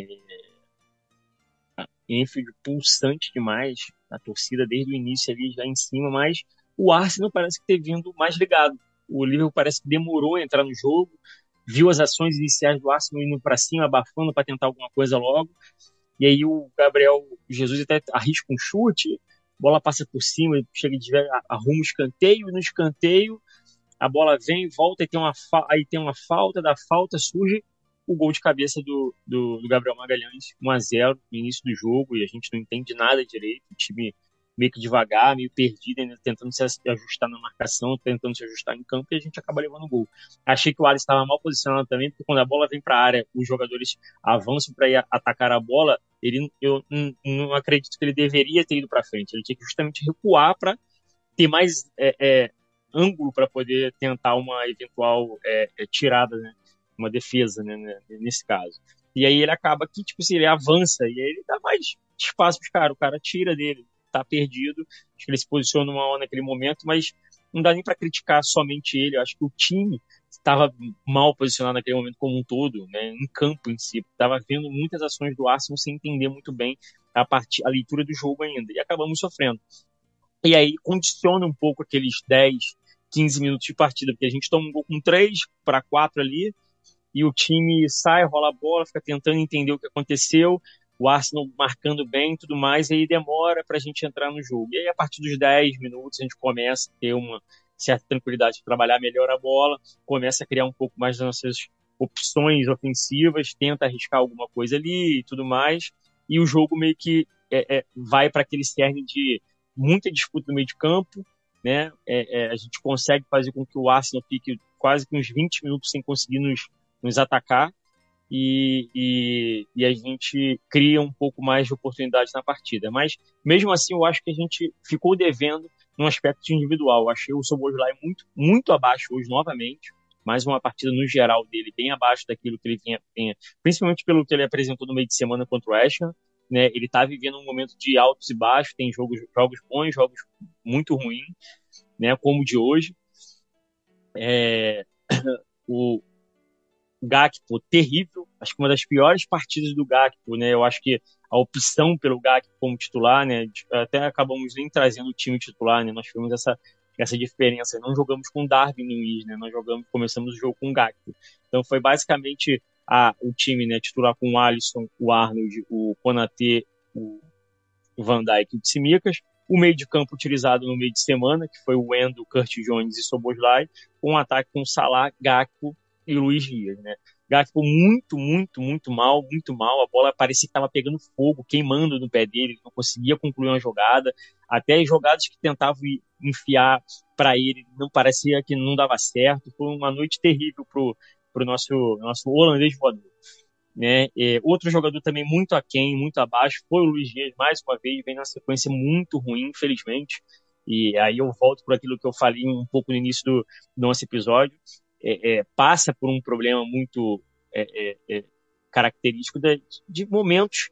Enfield pulsante demais, a torcida desde o início ali já em cima, mas o Arsenal parece que ter vindo mais ligado. O Liverpool parece que demorou a entrar no jogo, viu as ações iniciais do Arsenal indo para cima, abafando para tentar alguma coisa logo, e aí o Gabriel Jesus até arrisca um chute, bola passa por cima, chega de arruma o escanteio, e no escanteio a bola vem, volta, aí tem uma falta, da falta surge o gol de cabeça do Gabriel Magalhães, 1-0 no início do jogo, e a gente não entende nada direito, o time meio que devagar, meio perdido, ainda tentando se ajustar na marcação, tentando se ajustar em campo, e a gente acaba levando gol. Achei que o Alisson estava mal posicionado também, porque quando a bola vem para a área, os jogadores avançam para ir atacar a bola, eu não acredito que ele deveria ter ido para frente, ele tinha que justamente recuar para ter mais ângulo para poder tentar uma eventual tirada, né? Uma defesa, né? Nesse caso. E aí ele acaba que, tipo assim, ele avança e aí ele dá mais espaço para os caras. O cara tira dele, tá perdido. Acho que ele se posiciona uma hora naquele momento, mas não dá nem para criticar somente ele. Eu acho que o time estava mal posicionado naquele momento como um todo, né? Em campo em si. Estava vendo muitas ações do Arsenal sem entender muito bem a leitura do jogo ainda. E acabamos sofrendo. E aí condiciona um pouco aqueles 10, 15 minutos de partida, porque a gente toma um gol com 3-4 ali, e o time sai, rola a bola, fica tentando entender o que aconteceu, o Arsenal marcando bem e tudo mais, e aí demora para a gente entrar no jogo. E aí, a partir dos 10 minutos, a gente começa a ter uma certa tranquilidade de trabalhar melhor a bola, começa a criar um pouco mais das nossas opções ofensivas, tenta arriscar alguma coisa ali e tudo mais, e o jogo meio que vai para aquele cerne de muita disputa no meio de campo, né? A gente consegue fazer com que o Arsenal fique quase que uns 20 minutos sem conseguir nos atacar e a gente cria um pouco mais de oportunidade na partida. Mas, mesmo assim, eu acho que a gente ficou devendo no aspecto individual. Eu achei o Szoboszlai muito, muito abaixo hoje, novamente. Mais uma partida, no geral, dele bem abaixo daquilo que ele vinha principalmente pelo que ele apresentou no meio de semana contra o West Ham. Né, ele está vivendo um momento de altos e baixos, tem jogos bons, jogos muito ruins, né, como o de hoje. O Gakpo, terrível, acho que uma das piores partidas do Gakpo, né, eu acho que a opção pelo Gakpo como titular, né, até acabamos nem trazendo o time titular, né, nós tivemos essa diferença, não jogamos com Darwin Núñez, né, começamos o jogo com o Gakpo, então foi basicamente o time, né, titular com o Alisson, o Arnold, o Konaté, o Van Dijk e o Tsimikas, o meio de campo utilizado no meio de semana, que foi o Wendel, Curtis Jones e Szoboszlai, com um ataque com Salah, Gakpo e Luiz Dias, né? Gakpo muito, muito, muito mal, a bola parecia que estava pegando fogo, queimando no pé dele, ele não conseguia concluir uma jogada, até as jogadas que tentavam enfiar para ele, não parecia que não dava certo, foi uma noite terrível pro nosso holandês voador. Né? Outro jogador também muito aquém, muito abaixo, foi o Luiz Dias, mais uma vez, vem na sequência muito ruim, infelizmente, e aí eu volto por aquilo que eu falei um pouco no início do nosso episódio, passa por um problema muito característico de momentos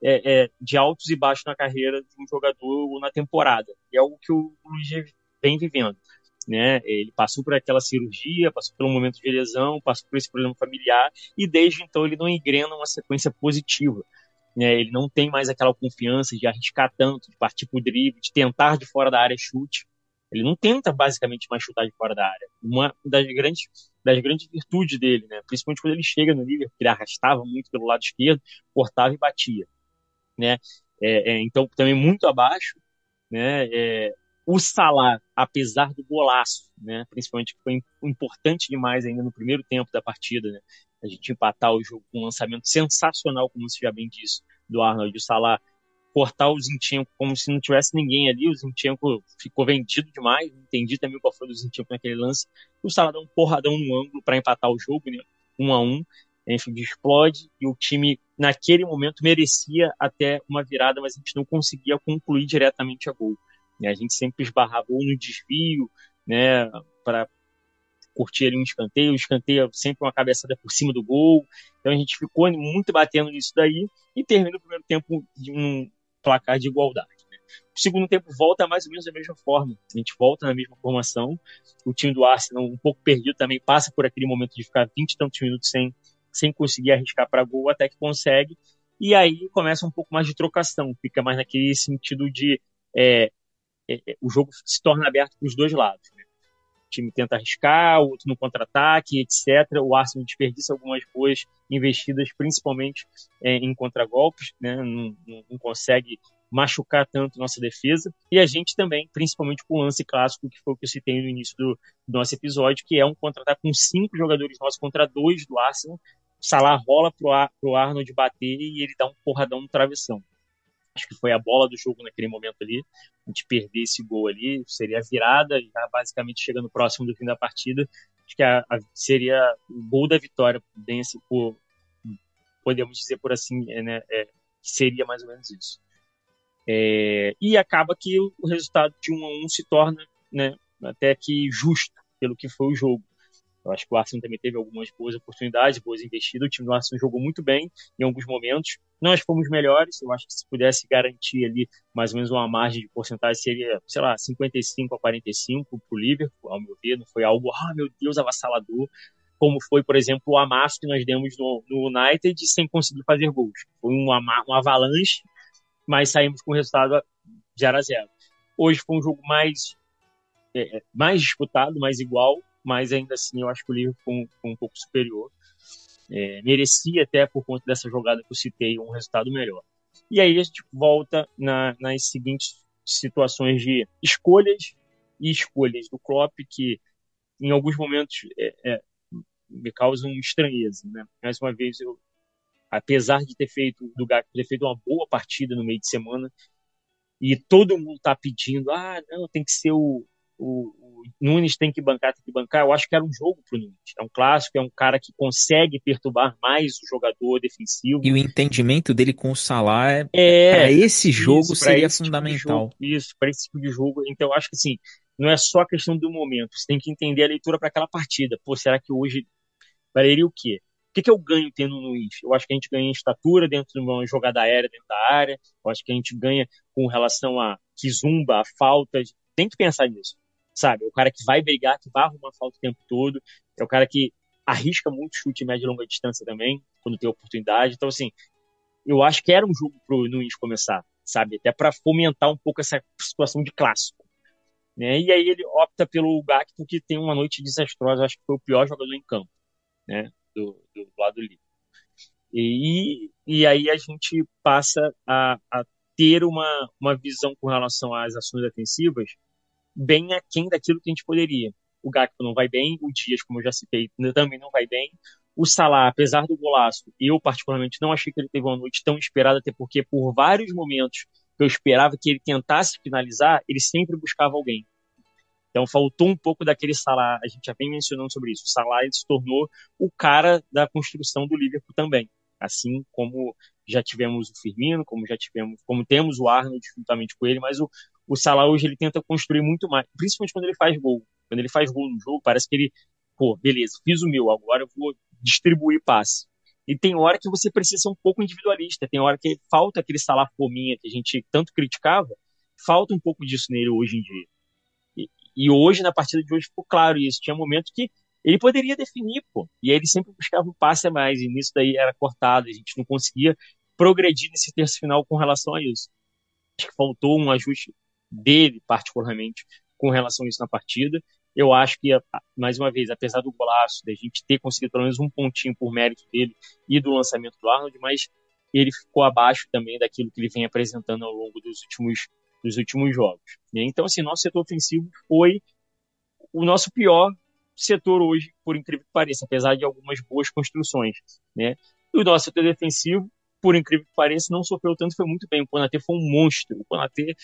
de altos e baixos na carreira de um jogador ou na temporada, e é algo que o Luiz Dias vem vivendo. Né? Ele passou por aquela cirurgia, passou por um momento de lesão, passou por esse problema familiar e desde então ele não engrena uma sequência positiva. Né? Ele não tem mais aquela confiança de arriscar tanto, de partir para o drible, de tentar de fora da área chute. Ele não tenta basicamente mais chutar de fora da área. Uma das grandes virtudes dele, né? Principalmente quando ele chega no Liverpool, ele arrastava muito pelo lado esquerdo, cortava e batia. Né? Então também muito abaixo, né? O Salah, apesar do golaço, né, principalmente que foi importante demais ainda no primeiro tempo da partida, né, a gente empatar o jogo com um lançamento sensacional, como você já bem disse, do Arnold, o Salah cortar o Zinchenko como se não tivesse ninguém ali, o Zinchenko ficou vendido demais, não entendi também qual foi o Zinchenko naquele lance, o Salah dá um porradão no ângulo para empatar o jogo, né, 1-1, enfim, explode, e o time naquele momento merecia até uma virada, mas a gente não conseguia concluir diretamente a gol. A gente sempre esbarrava ou no desvio, né, para curtir ali um escanteio, o escanteio sempre uma cabeçada por cima do gol, então a gente ficou muito batendo nisso daí e termina o primeiro tempo de um placar de igualdade. Né? O segundo tempo volta mais ou menos da mesma forma, a gente volta na mesma formação, o time do Arsenal um pouco perdido também passa por aquele momento de ficar 20 e tantos minutos sem conseguir arriscar para gol, até que consegue, e aí começa um pouco mais de trocação, fica mais naquele sentido de o jogo se torna aberto para os dois lados. Né? O time tenta arriscar, o outro no contra-ataque, etc. O Arsenal desperdiça algumas boas investidas, principalmente em contragolpes, né? Não consegue machucar tanto nossa defesa. E a gente também, principalmente com o lance clássico, que foi o que eu citei no início do nosso episódio, que é um contra-ataque com 5 jogadores nossos contra 2 do Arsenal. O Salah rola pro Arnold bater e ele dá um porradão no travessão. acho que foi a bola do jogo naquele momento ali. A gente perder esse gol ali, seria a virada, e já basicamente chegando próximo do fim da partida. Acho que seria o gol da vitória, bem assim, podemos dizer por assim, né? Seria mais ou menos isso. E acaba que o resultado de 1-1 se torna, né, até que justo pelo que foi o jogo. Eu acho que o Arsenal também teve algumas boas oportunidades, boas investidas. O time do Arsenal jogou muito bem em alguns momentos. Nós fomos melhores. Eu acho que se pudesse garantir ali mais ou menos uma margem de porcentagem, seria, sei lá, 55-45 para o Liverpool, ao meu ver. Não foi algo, meu Deus, avassalador, como foi, por exemplo, o amasso que nós demos no United sem conseguir fazer gols. Foi um avalanche, mas saímos com o resultado 0-0. Hoje foi um jogo mais disputado, mais igual, mas ainda assim eu acho que o Liverpool foi um pouco superior. Merecia até, por conta dessa jogada que eu citei, um resultado melhor. E aí a gente volta nas seguintes situações de escolhas do Klopp, que em alguns momentos me causam estranheza, né? Mais uma vez, apesar de do Gakpo ter feito uma boa partida no meio de semana, e todo mundo tá pedindo, não, tem que ser o Nunes tem que bancar. Eu acho que era um jogo pro Nunes. É um clássico, é um cara que consegue perturbar mais o jogador E defensivo. o entendimento dele com o Salah, para esse jogo, Isso, para seria esse tipo de jogo. fundamental. Isso, para esse tipo de jogo. Então, eu acho que assim, não é só a questão do momento. Você tem que entender a leitura para aquela partida. Pô, será que hoje valeria o quê? O que eu ganho tendo o Nunes? Eu acho que a gente ganha em estatura dentro de uma jogada aérea dentro da área. Eu acho que a gente ganha com relação a Kizumba, a faltas. Tem que pensar nisso, sabe? É o cara que vai brigar, que vai arrumar falta o tempo todo. É o cara que arrisca muito chute média e longa distância também, quando tem oportunidade. Então, assim, eu acho que era um jogo pro Nunes começar, sabe? Até para fomentar um pouco essa situação de clássico, né? E aí ele opta pelo Gakpo, que tem uma noite desastrosa. Acho que foi o pior jogador em campo, né? Do lado livre. E aí a gente passa a ter uma visão com relação às ações defensivas bem aquém daquilo que a gente poderia. O Gakpo não vai bem, o Dias, como eu já citei, também não vai bem. O Salah, apesar do golaço, eu particularmente não achei que ele teve uma noite tão esperada, até porque por vários momentos que eu esperava que ele tentasse finalizar, ele sempre buscava alguém. Então faltou um pouco daquele Salah, a gente já vem mencionando sobre isso. O Salah ele se tornou o cara da construção do Liverpool também, assim como já tivemos o Firmino, como temos o Arnold juntamente com ele, mas o Salah hoje ele tenta construir muito mais, principalmente quando ele faz gol. Quando ele faz gol no jogo, parece que ele, pô, beleza, fiz o meu, agora eu vou distribuir passe. E tem hora que você precisa ser um pouco individualista, tem hora que falta aquele Salah fominha que a gente tanto criticava, falta um pouco disso nele hoje em dia. E hoje, na partida de hoje, ficou claro isso. Tinha momentos que ele poderia definir, pô. E aí ele sempre buscava um passe a mais. E nisso daí era cortado. A gente não conseguia progredir nesse terço final com relação a isso. Acho que faltou um ajuste dele, particularmente, com relação a isso na partida. Eu acho que, mais uma vez, apesar do golaço, da gente ter conseguido pelo menos um pontinho por mérito dele e do lançamento do Arnold, mas ele ficou abaixo também daquilo que ele vem apresentando ao longo dos últimos jogos. Então, assim, nosso setor ofensivo foi o nosso pior setor hoje, por incrível que pareça, apesar de algumas boas construções, né? E o nosso setor defensivo, por incrível que pareça, não sofreu tanto, foi muito bem. O Konaté foi um monstro. O Konaté,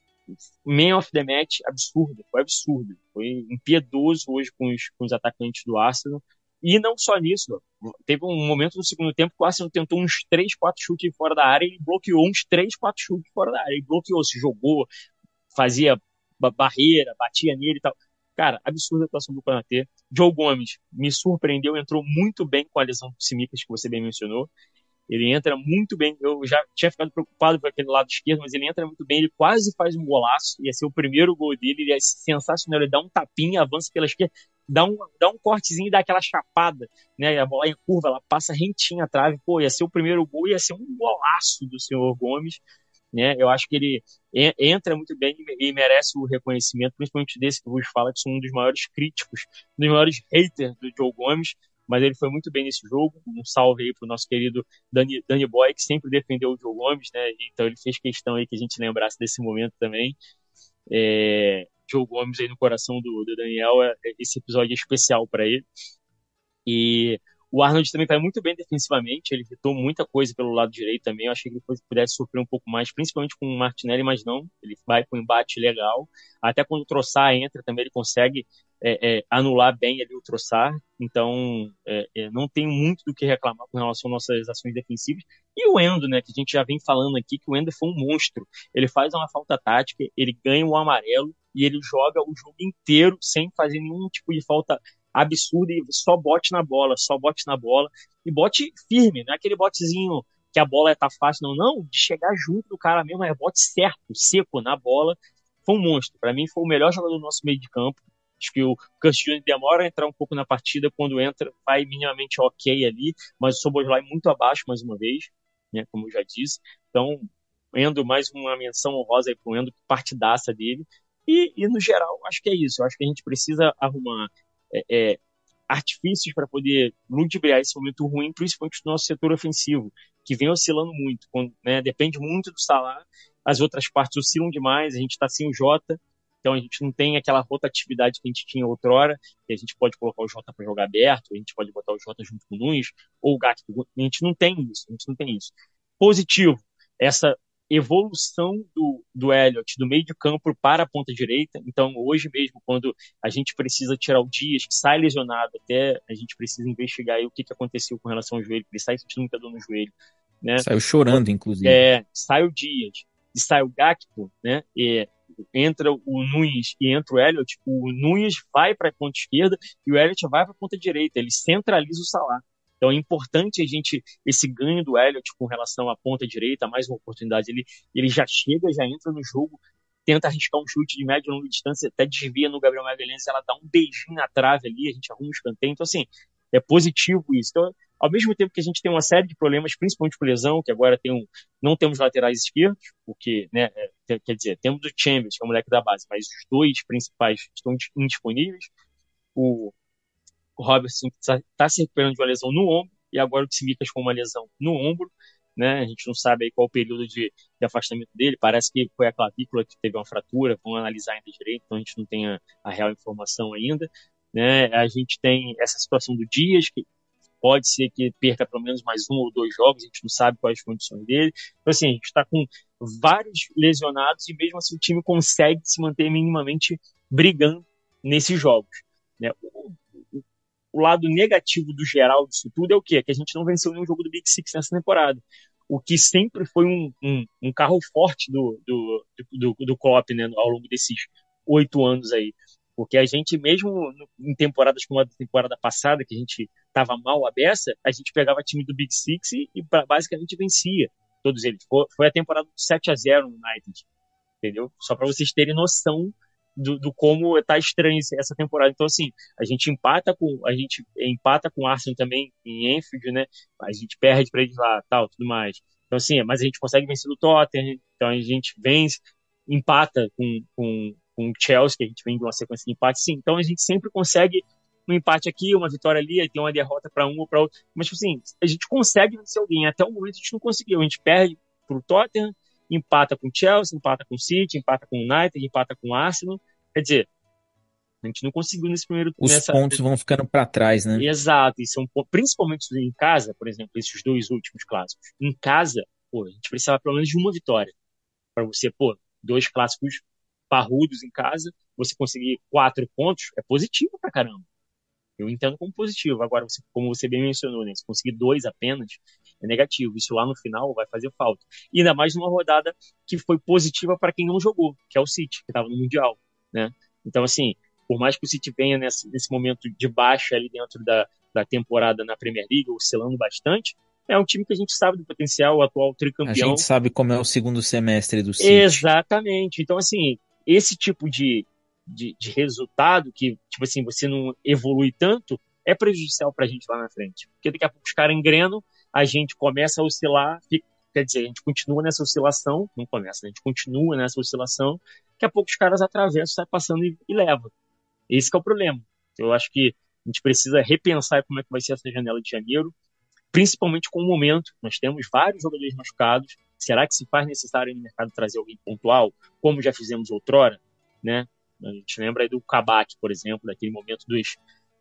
man of the match, absurdo, foi absurdo. Foi impiedoso hoje com os atacantes do Arsenal. E não só nisso, teve um momento no segundo tempo que o Arsenal tentou uns 3, 4 chutes fora da área e ele bloqueou uns 3, 4 chutes fora da área. Ele bloqueou, se jogou, fazia barreira, batia nele e tal. Cara, absurda a atuação do Konaté. Joe Gomes me surpreendeu, entrou muito bem com a lesão do Tsimikas, que você bem mencionou. Ele entra muito bem. Eu já tinha ficado preocupado com aquele lado esquerdo, mas ele entra muito bem. Ele quase faz um golaço. Ia ser o primeiro gol dele. Ele é sensacional. Ele dá um tapinha, avança pela esquerda, dá um cortezinho e dá aquela chapada, né? A bola em curva, ela passa rentinha a trave. Pô, ia ser o primeiro gol, ia ser um golaço do senhor Gomes, né? Eu acho que ele entra muito bem e merece o reconhecimento, principalmente desse que vos fala, que sou um dos maiores críticos, um dos maiores haters do Joe Gomes, mas ele foi muito bem nesse jogo. Um salve aí pro nosso querido Danny Boy, que sempre defendeu o Joe Gomes, né? Então ele fez questão aí que a gente lembrasse desse momento também. Joe Gomes aí no coração do Daniel, esse episódio é especial para ele. E O Arnold também vai muito bem defensivamente, ele evitou muita coisa pelo lado direito também. Eu achei que ele pudesse sofrer um pouco mais, principalmente com o Martinelli, mas não, ele vai com um embate legal. Até quando o Trossard entra também, ele consegue anular bem ali o Trossard. Então, não tem muito do que reclamar com relação às nossas ações defensivas. E o Endo, né, que a gente já vem falando aqui, que o Endo foi um monstro. Ele faz uma falta tática, ele ganha um amarelo e ele joga o jogo inteiro sem fazer nenhum tipo de falta absurda e só bote na bola, e bote firme, não é aquele botezinho que a bola tá fácil, não, de chegar junto do cara mesmo, é bote certo, seco na bola. Foi um monstro, para mim foi o melhor jogador do nosso meio de campo. Acho que o Curtis Jones demora a entrar um pouco na partida, quando entra vai minimamente ok ali, mas o Szoboszlai muito abaixo mais uma vez, né, como eu já disse. Então, Endo, mais uma menção honrosa aí pro Endo, partidaça dele. E no geral, acho que é isso. Eu acho que a gente precisa arrumar artifícios para poder ludibriar esse momento ruim, principalmente do nosso setor ofensivo, que vem oscilando muito, né, depende muito do Salah, as outras partes oscilam demais, a gente está sem o Jota, então a gente não tem aquela rotatividade que a gente tinha outrora, que a gente pode colocar o Jota para jogar aberto, a gente pode botar o Jota junto com o Nunes, ou o Gakpo, a gente não tem isso. Positivo, essa evolução do Elliott do meio de campo para a ponta direita. Então, hoje mesmo, quando a gente precisa tirar o Dias, que sai lesionado, até a gente precisa investigar aí o que aconteceu com relação ao joelho, porque ele sai sentindo muita dor no joelho, né? Saiu chorando, inclusive. Sai o Dias e sai o Gakpo, né? E entra o Nunes e entra o Elliott, o Nunes vai para a ponta esquerda e o Elliott vai para a ponta direita, ele centraliza o Salah. Então é importante esse ganho do Elliott com relação à ponta direita, mais uma oportunidade. Ele já chega, já entra no jogo, tenta arriscar um chute de média e longa distância, até desvia no Gabriel Magalhães, ela dá um beijinho na trave ali, a gente arruma um escanteio. Então, assim, é positivo isso. Então, ao mesmo tempo que a gente tem uma série de problemas, principalmente por lesão, que agora não temos laterais esquerdos, porque, né, quer dizer, temos o Chambers, que é o moleque da base, mas os dois principais estão indisponíveis. O Robertson está se recuperando de uma lesão no ombro, e agora o Tsimikas com uma lesão no ombro, né? A gente não sabe aí qual o período de afastamento dele, parece que foi a clavícula que teve uma fratura, vamos analisar ainda direito, então a gente não tem a real informação ainda, né? A gente tem essa situação do Dias, que pode ser que perca pelo menos mais um ou dois jogos, a gente não sabe quais as condições dele. Então, assim, a gente está com vários lesionados e mesmo assim o time consegue se manter minimamente brigando nesses jogos, né? O lado negativo do geral disso tudo é o quê? É que a gente não venceu nenhum jogo do Big Six nessa temporada. O que sempre foi um carro forte do Klopp, né, ao longo desses 8 anos aí. Porque a gente, mesmo em temporadas como a temporada passada, que a gente estava mal à beça, a gente pegava time do Big Six e basicamente vencia todos eles. Foi a temporada 7-0 no United, entendeu? Só para vocês terem noção do como tá estranho essa temporada. Então, assim, a gente empata com o Arsenal também em Anfield, né? A gente perde para eles lá, tal, tudo mais. Então, assim, mas a gente consegue vencer do Tottenham, então a gente vence, empata com o Chelsea, que a gente vem de uma sequência de empates, sim. Então a gente sempre consegue um empate aqui, uma vitória ali, aí tem uma derrota para um ou para outro. Mas, tipo assim, a gente consegue vencer alguém. Até o momento a gente não conseguiu. A gente perde pro Tottenham, empata com o Chelsea, empata com o City, empata com o United, empata com o Arsenal. Quer dizer, a gente não conseguiu nesse primeiro... Os pontos vão ficando para trás, né? Exato, e são, principalmente em casa, por exemplo, esses dois últimos clássicos. Em casa, pô, a gente precisava pelo menos de uma vitória. Para você, pô, 2 clássicos parrudos em casa, você conseguir 4 pontos, é positivo pra caramba. Eu entendo como positivo. Agora, como você bem mencionou, né? Se conseguir 2 apenas, é negativo. Isso lá no final vai fazer falta. E ainda mais numa rodada que foi positiva para quem não jogou, que é o City, que estava no Mundial, né? Então, assim, por mais que o City venha nesse momento de baixa ali dentro da temporada na Premier League, oscilando bastante, é um time que a gente sabe do potencial, o atual tricampeão. A gente sabe como é o segundo semestre do City. Exatamente. Então, assim, esse tipo de resultado que, tipo assim, você não evolui tanto, é prejudicial pra gente lá na frente. Porque daqui a pouco os caras engrenam, a gente começa a oscilar, quer dizer, a gente continua nessa oscilação, não começa, a gente continua nessa oscilação, daqui a pouco os caras atravessam, sai passando e levam. Esse que é o problema. Eu acho que a gente precisa repensar como é que vai ser essa janela de janeiro, principalmente com o momento. Nós temos vários jogadores machucados. Será que se faz necessário no mercado trazer alguém pontual, como já fizemos outrora, né? A gente lembra aí do Kabak, por exemplo, daquele momento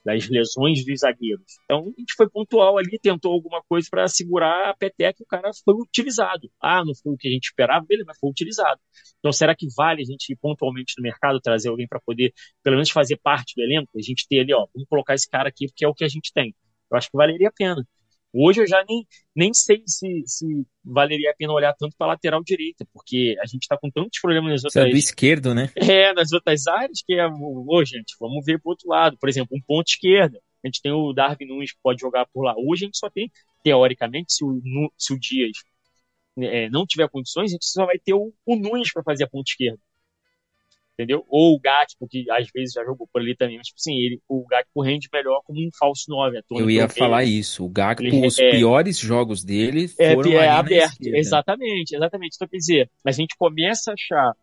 das lesões dos zagueiros. Então, a gente foi pontual ali, tentou alguma coisa para segurar a peteca e o cara foi utilizado. Ah, não foi o que a gente esperava dele, mas foi utilizado. Então, será que vale a gente ir pontualmente no mercado, trazer alguém para poder, pelo menos, fazer parte do elenco? A gente ter ali, ó, vamos colocar esse cara aqui, porque é o que a gente tem. Eu acho que valeria a pena. Hoje eu já nem sei se valeria a pena olhar tanto para a lateral direita, porque a gente está com tantos problemas Você é do esquerdo, né? nas outras áreas que gente, vamos ver para o outro lado. Por exemplo, um ponto esquerda. A gente tem o Darwin Nunes que pode jogar por lá. Hoje a gente só tem, teoricamente, se o Dias não tiver condições, a gente só vai ter o Nunes para fazer a ponta esquerda. Entendeu? Ou o Gakpo, que às vezes já jogou por ali também, mas tipo assim, o Gakpo rende melhor como um falso 9, atuando Eu ia pelo meio. falar isso. O Gakpo, Ele os piores jogos dele foram ali na aberto, esquerda. exatamente. Então, quer dizer, a gente começa a achar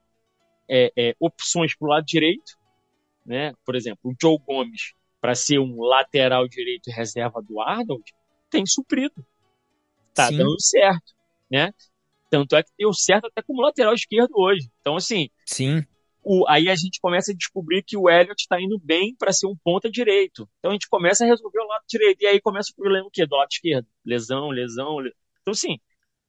opções para o lado direito, né? Por exemplo, o Joe Gomes, para ser um lateral direito reserva do Arnold, tem suprido. Tá Sim, dando certo, né? Tanto é que deu certo até como lateral esquerdo hoje. Então, assim, sim. aí a gente começa a descobrir que o Elliott está indo bem para ser um ponta direito. Então a gente começa a resolver o lado direito. E aí começa o problema o quê? Do lado esquerdo. Lesão. Então, assim,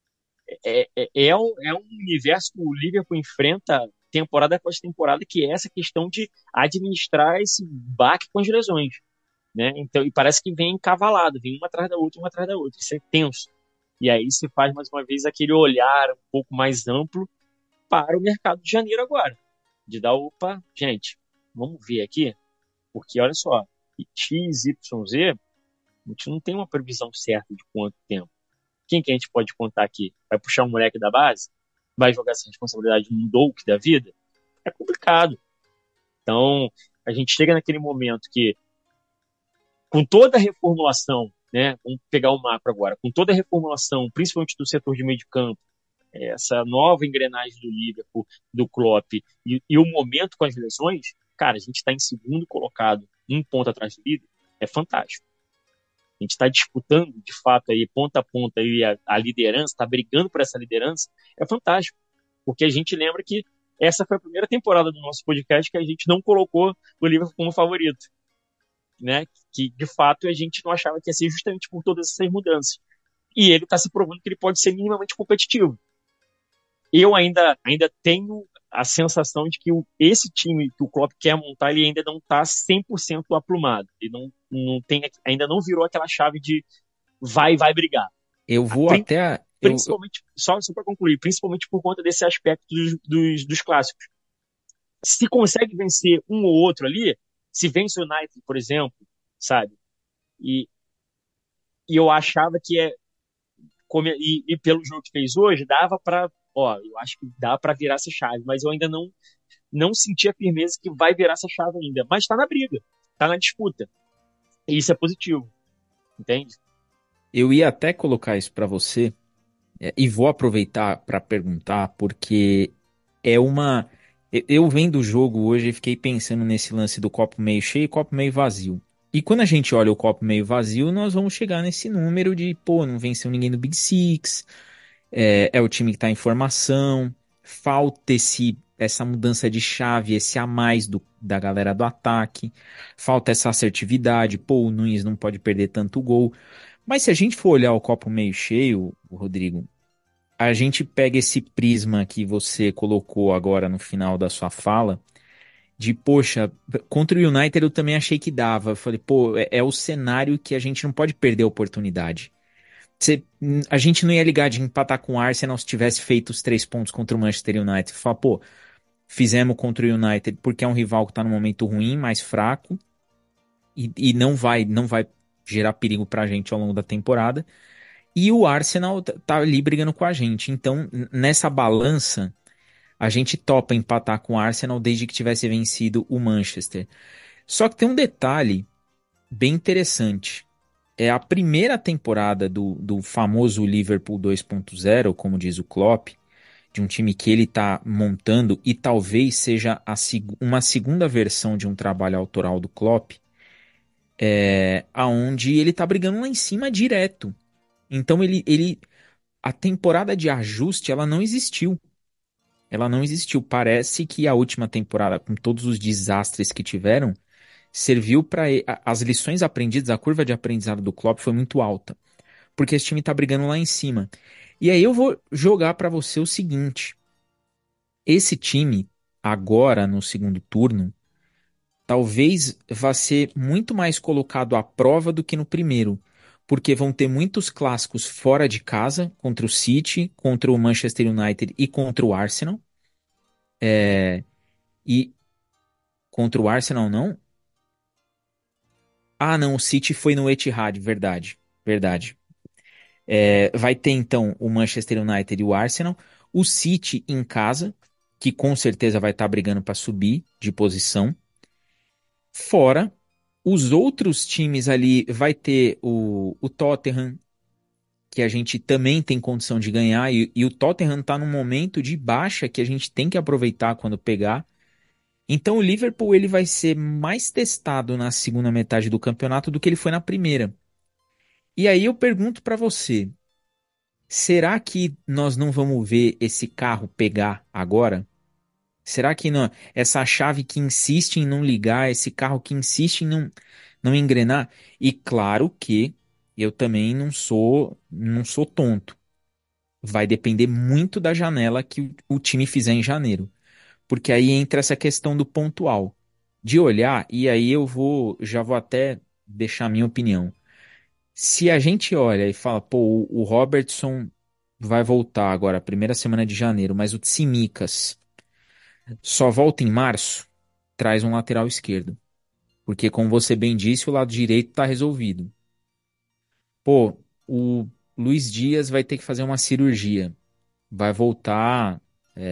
é um universo que o Liverpool enfrenta temporada após temporada, que é essa questão de administrar esse baque com as lesões, né? Então, e parece que vem encavalado, vem uma atrás da outra. Isso é tenso. E aí se faz mais uma vez aquele olhar um pouco mais amplo para o mercado de janeiro agora, de dar, opa, gente, vamos ver aqui, porque olha só, X, Y, Z, a gente não tem uma previsão certa de quanto tempo. Quem que a gente pode contar aqui? Vai puxar um moleque da base? Vai jogar essa responsabilidade num Douk da vida? É complicado. Então, a gente chega naquele momento que, com toda a reformulação, né? Vamos pegar o macro agora, com toda a reformulação, principalmente do setor de meio de campo, essa nova engrenagem do Liverpool, do Klopp e o momento com as lesões, cara, a gente está em segundo colocado, um ponto atrás do líder, é fantástico. A gente está disputando, de fato, aí, ponta a ponta aí, a liderança, está brigando por essa liderança, é fantástico. Porque a gente lembra que essa foi a primeira temporada do nosso podcast que a gente não colocou o Liverpool como favorito. Né? Que, de fato, a gente não achava que ia ser justamente por todas essas mudanças. E ele está se provando que ele pode ser minimamente competitivo. Eu ainda tenho a sensação de que esse time que o Klopp quer montar, ele ainda não está 100% aprumado. Ele não tem, ainda não virou aquela chave de vai brigar. Eu vou até. Principalmente, só para concluir, principalmente por conta desse aspecto dos clássicos. Se consegue vencer um ou outro ali, se vence o United, por exemplo, sabe? E eu achava que e pelo jogo que fez hoje, dava para, eu acho que dá para virar essa chave, mas eu ainda não senti a firmeza que vai virar essa chave ainda. Mas está na briga, está na disputa. E isso é positivo, entende? Eu ia até colocar isso para você, e vou aproveitar para perguntar, porque é uma. Eu vendo o jogo hoje e fiquei pensando nesse lance do copo meio cheio e copo meio vazio. E quando a gente olha o copo meio vazio, nós vamos chegar nesse número de, pô, não venceu ninguém no Big Six, é o time que tá em formação, falta essa mudança de chave, esse a mais da galera do ataque, falta essa assertividade, pô, o Nunes não pode perder tanto gol. Mas se a gente for olhar o copo meio cheio, Rodrigo, a gente pega esse prisma que você colocou agora no final da sua fala, de, poxa, contra o United eu também achei que dava. Eu falei, pô, é o cenário que a gente não pode perder a oportunidade. A gente não ia ligar de empatar com o Arsenal se tivesse feito os 3 pontos contra o Manchester United. Fala, pô, fizemos contra o United porque é um rival que tá num momento ruim, mais fraco, e não vai gerar perigo pra gente ao longo da temporada. E o Arsenal tá ali brigando com a gente. Então, nessa balança, a gente topa empatar com o Arsenal desde que tivesse vencido o Manchester. Só que tem um detalhe bem interessante. É a primeira temporada do famoso Liverpool 2.0, como diz o Klopp, de um time que ele está montando e talvez seja uma segunda versão de um trabalho autoral do Klopp, aonde ele está brigando lá em cima direto. Então a temporada de ajuste ela não existiu. Ela não existiu. Parece que a última temporada, com todos os desastres que tiveram, serviu para as lições aprendidas, a curva de aprendizado do Klopp foi muito alta, porque esse time tá brigando lá em cima. E aí eu vou jogar para você o seguinte: esse time agora no segundo turno talvez vá ser muito mais colocado à prova do que no primeiro, porque vão ter muitos clássicos fora de casa, contra o City, contra o Manchester United e contra o Arsenal. E contra o Arsenal não? Ah, não, o City foi no Etihad, verdade, verdade. Vai ter então o Manchester United e o Arsenal, o City em casa, que com certeza vai estar brigando para subir de posição. Fora os outros times ali, vai ter o Tottenham, que a gente também tem condição de ganhar, e o Tottenham está num momento de baixa que a gente tem que aproveitar quando pegar. Então o Liverpool ele vai ser mais testado na segunda metade do campeonato do que ele foi na primeira. E aí eu pergunto para você, será que nós não vamos ver esse carro pegar agora? Será que não, essa chave que insiste em não ligar, esse carro que insiste em não engrenar? E claro que eu também não sou tonto. Vai depender muito da janela que o time fizer em janeiro. Porque aí entra essa questão do pontual. De olhar, e aí já vou até deixar a minha opinião. Se a gente olha e fala, pô, o Robertson vai voltar agora, primeira semana de janeiro, mas o Tsimikas só volta em março, traz um lateral esquerdo. Porque, como você bem disse, o lado direito tá resolvido. Pô, o Luiz Dias vai ter que fazer uma cirurgia. Vai voltar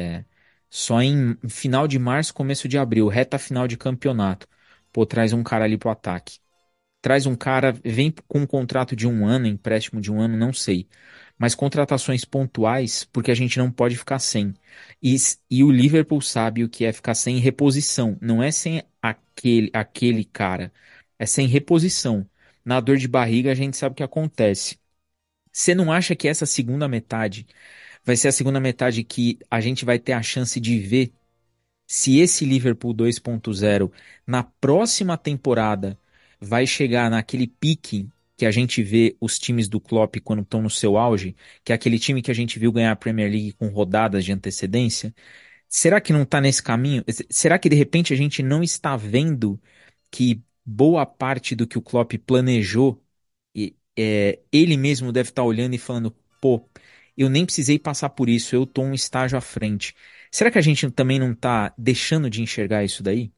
só em final de março, começo de abril, reta final de campeonato. Pô, traz um cara ali pro ataque. Traz um cara, vem com um contrato de um ano, empréstimo de um ano, não sei. Mas contratações pontuais, porque a gente não pode ficar sem. E o Liverpool sabe o que é ficar sem reposição. Não é sem aquele cara. É sem reposição. Na dor de barriga a gente sabe o que acontece. Você não acha que essa segunda metade vai ser a segunda metade que a gente vai ter a chance de ver se esse Liverpool 2.0 na próxima temporada vai chegar naquele pique que a gente vê os times do Klopp quando estão no seu auge, que é aquele time que a gente viu ganhar a Premier League com rodadas de antecedência? Será que não está nesse caminho? Será que de repente a gente não está vendo que boa parte do que o Klopp planejou, ele mesmo deve estar olhando e falando, pô, eu nem precisei passar por isso, eu tô um estágio à frente. Será que a gente também não tá deixando de enxergar isso daí?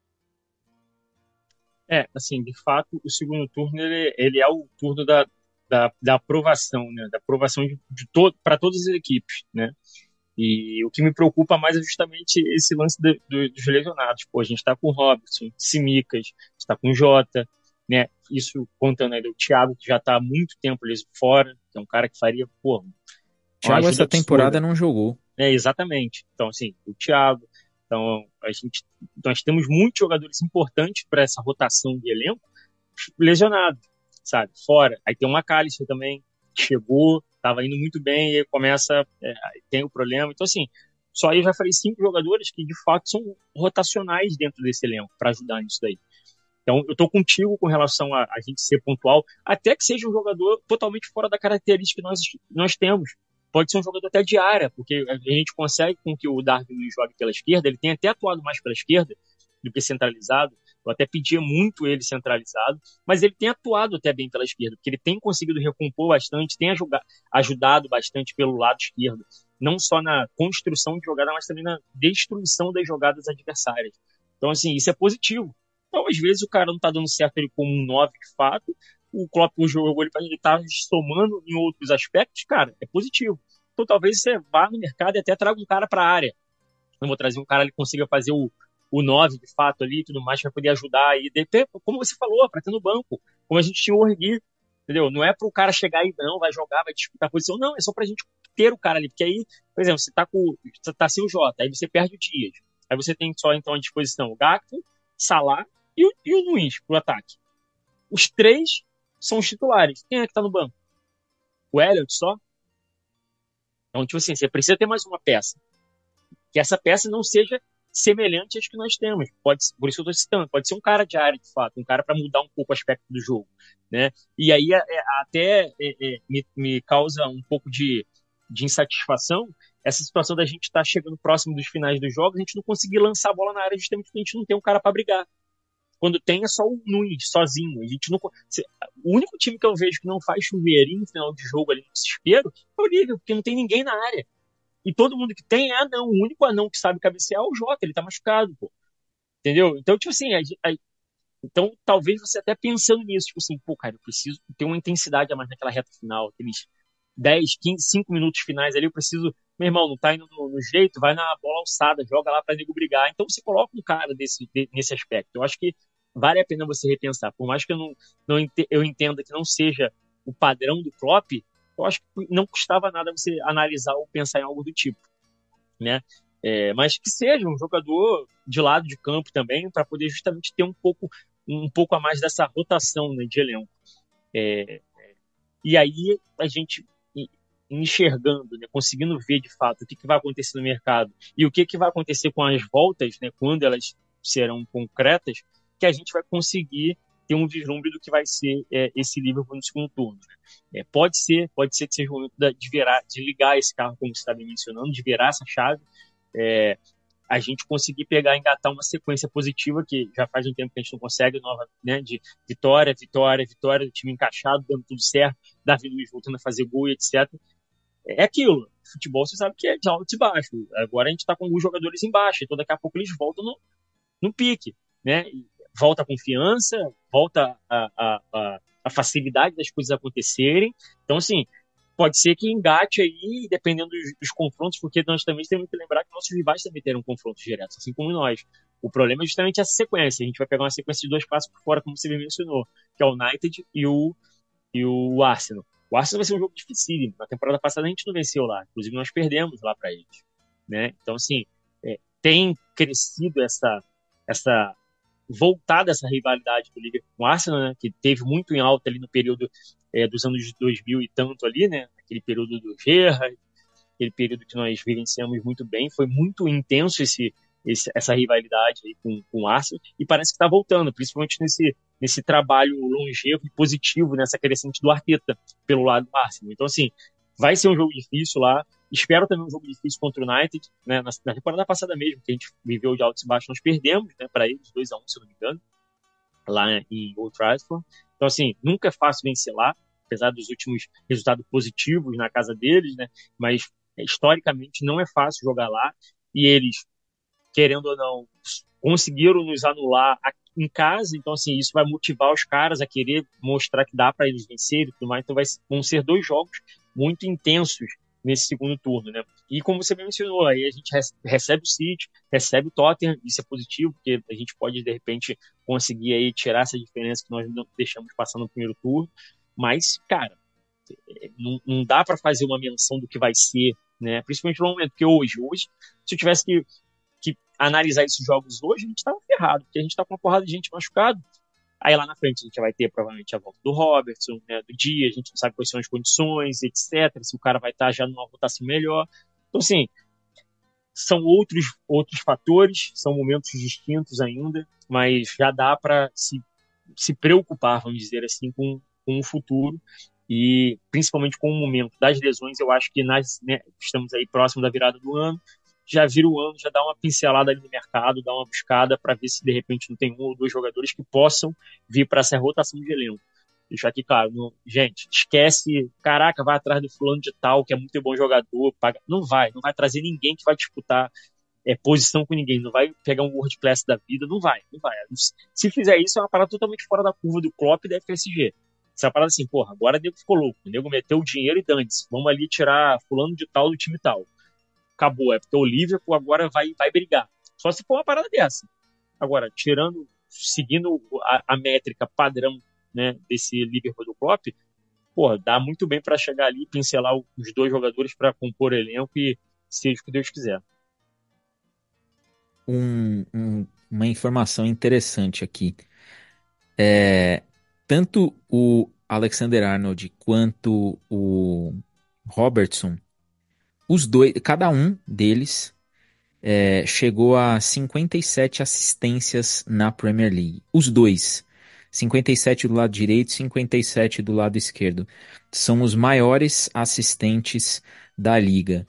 Assim, de fato, o segundo turno ele é o turno da aprovação, né? Da aprovação de todo, para todas as equipes, né? E o que me preocupa mais é justamente esse lance dos lesionados. Pô, a gente está com o Robertson, Tsimikas, está com o Jota, né? Isso contando ainda o Thiago, que já está há muito tempo ali fora, que é um cara que faria, pô, uma Thiago ajuda essa temporada absurda. não jogou. Exatamente. Então, assim, o Thiago. Então, nós temos muitos jogadores importantes para essa rotação de elenco lesionados, sabe? Fora. Aí tem o McAllister também, que chegou, estava indo muito bem, e aí começa, tem o problema. Então, assim, só aí eu já falei 5 jogadores que de fato são rotacionais dentro desse elenco para ajudar nisso daí. Então, eu estou contigo com relação a gente ser pontual, até que seja um jogador totalmente fora da característica que nós temos. Pode ser um jogador até de área, porque a gente consegue com que o Darwin Núñez jogue pela esquerda, ele tem até atuado mais pela esquerda do que centralizado. Eu até pedia muito ele centralizado, mas ele tem atuado até bem pela esquerda, porque ele tem conseguido recompor bastante, tem ajudado bastante pelo lado esquerdo, não só na construção de jogada, mas também na destruição das jogadas adversárias. Então, assim, isso é positivo. Então, às vezes, o cara não tá dando certo ele como um 9 de fato, o Klopp jogou ele para ele estar somando em outros aspectos, cara, é positivo. Então, talvez você vá no mercado e até traga um cara para a área. Eu vou trazer um cara que consiga fazer o 9 de fato ali e tudo mais, para poder ajudar aí. Como você falou, para ter no banco, como a gente tinha o Orgui, entendeu? Não é para o cara chegar aí, não, vai jogar, vai disputar a posição, não, é só para a gente ter o cara ali, porque aí, por exemplo, você tá sem o Jota, aí você perde o Dias, aí você tem só então à disposição o Gakpo, Salah e o Luiz pro ataque. Os três são os titulares. Quem é que tá no banco? O Elliot só? Então, tipo assim, você precisa ter mais uma peça. Que essa peça não seja semelhante às que nós temos. Por isso eu estou citando, pode ser um cara de área, de fato, um cara para mudar um pouco o aspecto do jogo, né? E aí até me causa um pouco de insatisfação essa situação da gente estar chegando próximo dos finais dos jogos, a gente não conseguir lançar a bola na área justamente porque a gente não tem um cara para brigar. Quando tem é só o Nunes sozinho. A gente não, o único time que eu vejo que não faz chuveirinho no final de jogo ali no desespero é o Liverpool, porque não tem ninguém na área. E todo mundo que tem é anão. O único anão que sabe cabecear é o Jota, ele tá machucado, pô. Entendeu? Então, tipo assim, então talvez você até pensando nisso, tipo assim, pô, cara, eu preciso ter uma intensidade a mais naquela reta final, aqueles 10, 15, 5 minutos finais ali, eu preciso, meu irmão, não tá indo no jeito, vai na bola alçada, joga lá pra nego brigar. Então você coloca um cara nesse aspecto. Eu acho que vale a pena você repensar. Por mais que eu entenda que não seja o padrão do Klopp, eu acho que não custava nada você analisar ou pensar em algo do tipo, né? Mas que seja um jogador de lado de campo também, para poder justamente ter um pouco a mais dessa rotação, né, de elenco. E aí a gente enxergando, né, conseguindo ver de fato o que vai acontecer no mercado e o que vai acontecer com as voltas, né, quando elas serão concretas, que a gente vai conseguir ter um vislumbre do que vai ser esse Liverpool no segundo turno. Né? Pode ser que seja o momento de ligar esse carro, como você está bem mencionando, de virar essa chave, a gente conseguir pegar, engatar uma sequência positiva, que já faz um tempo que a gente não consegue, nova, né, de vitória, vitória, vitória, do time encaixado, dando tudo certo, Davi Luiz voltando a fazer gol, etc. É aquilo. Futebol, você sabe que é de alto e baixo. Agora a gente está com alguns jogadores embaixo, então daqui a pouco eles voltam no pique, né? Volta a confiança, volta a facilidade das coisas acontecerem. Então, assim, pode ser que engate aí, dependendo dos confrontos, porque nós também temos que lembrar que nossos rivais também terão confrontos diretos, assim como nós. O problema é justamente essa sequência. A gente vai pegar uma sequência de dois passos por fora, como você me mencionou, que é o United e o Arsenal. O Arsenal vai ser um jogo dificílimo. Na temporada passada a gente não venceu lá. Inclusive, nós perdemos lá para eles. Né? Então, assim, tem crescido essa voltada essa rivalidade do Liverpool com o Arsenal, né? Que teve muito em alta ali no período dos anos 2000 e tanto ali, né? Aquele período do Gerrard, aquele período que nós vivenciamos muito bem. Foi muito intenso essa rivalidade aí com o Arsenal e parece que está voltando, principalmente nesse trabalho longevo e positivo, nessa crescente do Arteta pelo lado do Arsenal. Então, assim, vai ser um jogo difícil lá. Espero também um jogo difícil contra o United, né? Na temporada passada mesmo, que a gente viveu de altos e baixos, nós perdemos, né, para eles, 2-1, se eu não me engano, lá em Old Trafford. Então, assim, nunca é fácil vencer lá, apesar dos últimos resultados positivos na casa deles, né? Mas historicamente não é fácil jogar lá e eles, querendo ou não, conseguiram nos anular em casa, então assim, isso vai motivar os caras a querer mostrar que dá para eles vencerem e tudo mais, então vão ser dois jogos muito intensos nesse segundo turno, né? E como você mencionou, aí a gente recebe o City, recebe o Tottenham, isso é positivo, porque a gente pode, de repente, conseguir aí tirar essa diferença que nós não deixamos passar no primeiro turno, mas, cara, não dá para fazer uma menção do que vai ser, né? Principalmente no momento, porque hoje se eu tivesse que analisar esses jogos hoje, a gente estava ferrado, porque a gente está com uma porrada de gente machucada. Aí lá na frente a gente vai ter provavelmente a volta do Robertson, né, do Dia, a gente não sabe quais são as condições, etc. Se o cara vai estar já numa rotação melhor. Então, assim, são outros fatores, são momentos distintos ainda, mas já dá para se preocupar, vamos dizer assim, com o futuro e principalmente com o momento das lesões. Eu acho que né, estamos aí próximo da virada do ano, já vira o ano, já dá uma pincelada ali no mercado, dá uma buscada para ver se de repente não tem um ou dois jogadores que possam vir para essa rotação de elenco. Deixar aqui claro, gente, esquece, caraca, vai atrás do fulano de tal, que é muito bom jogador, paga. Não vai trazer ninguém que vai disputar posição com ninguém, não vai pegar um world class da vida, não vai. Se fizer isso, é uma parada totalmente fora da curva do Klopp e da FSG. Se é uma parada assim, porra, agora o nego ficou louco, o nego meteu o dinheiro e dane-se, vamos ali tirar fulano de tal do time tal. Acabou, é porque o Liverpool agora vai brigar. Só se for uma parada dessa. Agora, seguindo a métrica padrão, né, desse Liverpool do Klopp, porra, dá muito bem para chegar ali, pincelar os dois jogadores para compor elenco e seja o que Deus quiser. Uma informação interessante aqui. Tanto o Alexander Arnold quanto o Robertson, os dois, cada um deles chegou a 57 assistências na Premier League. Os dois. 57 do lado direito, 57 do lado esquerdo. São os maiores assistentes da liga.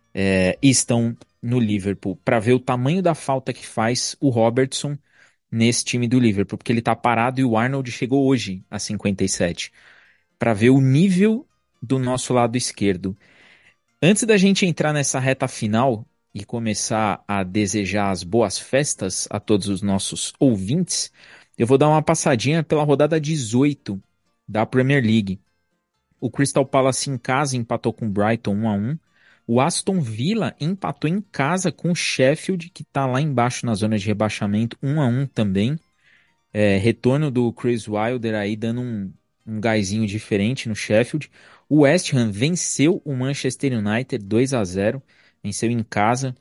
E estão no Liverpool. Para ver o tamanho da falta que faz o Robertson nesse time do Liverpool. Porque ele tá parado e o Arnold chegou hoje a 57. Para ver o nível do nosso lado esquerdo. Antes da gente entrar nessa reta final e começar a desejar as boas festas a todos os nossos ouvintes, eu vou dar uma passadinha pela rodada 18 da Premier League. O Crystal Palace em casa empatou com o Brighton 1-1. O Aston Villa empatou em casa com o Sheffield, que está lá embaixo na zona de rebaixamento, 1-1 também. Retorno do Chris Wilder aí dando um gásinho diferente no Sheffield. O West Ham venceu o Manchester United 2-0, venceu em casa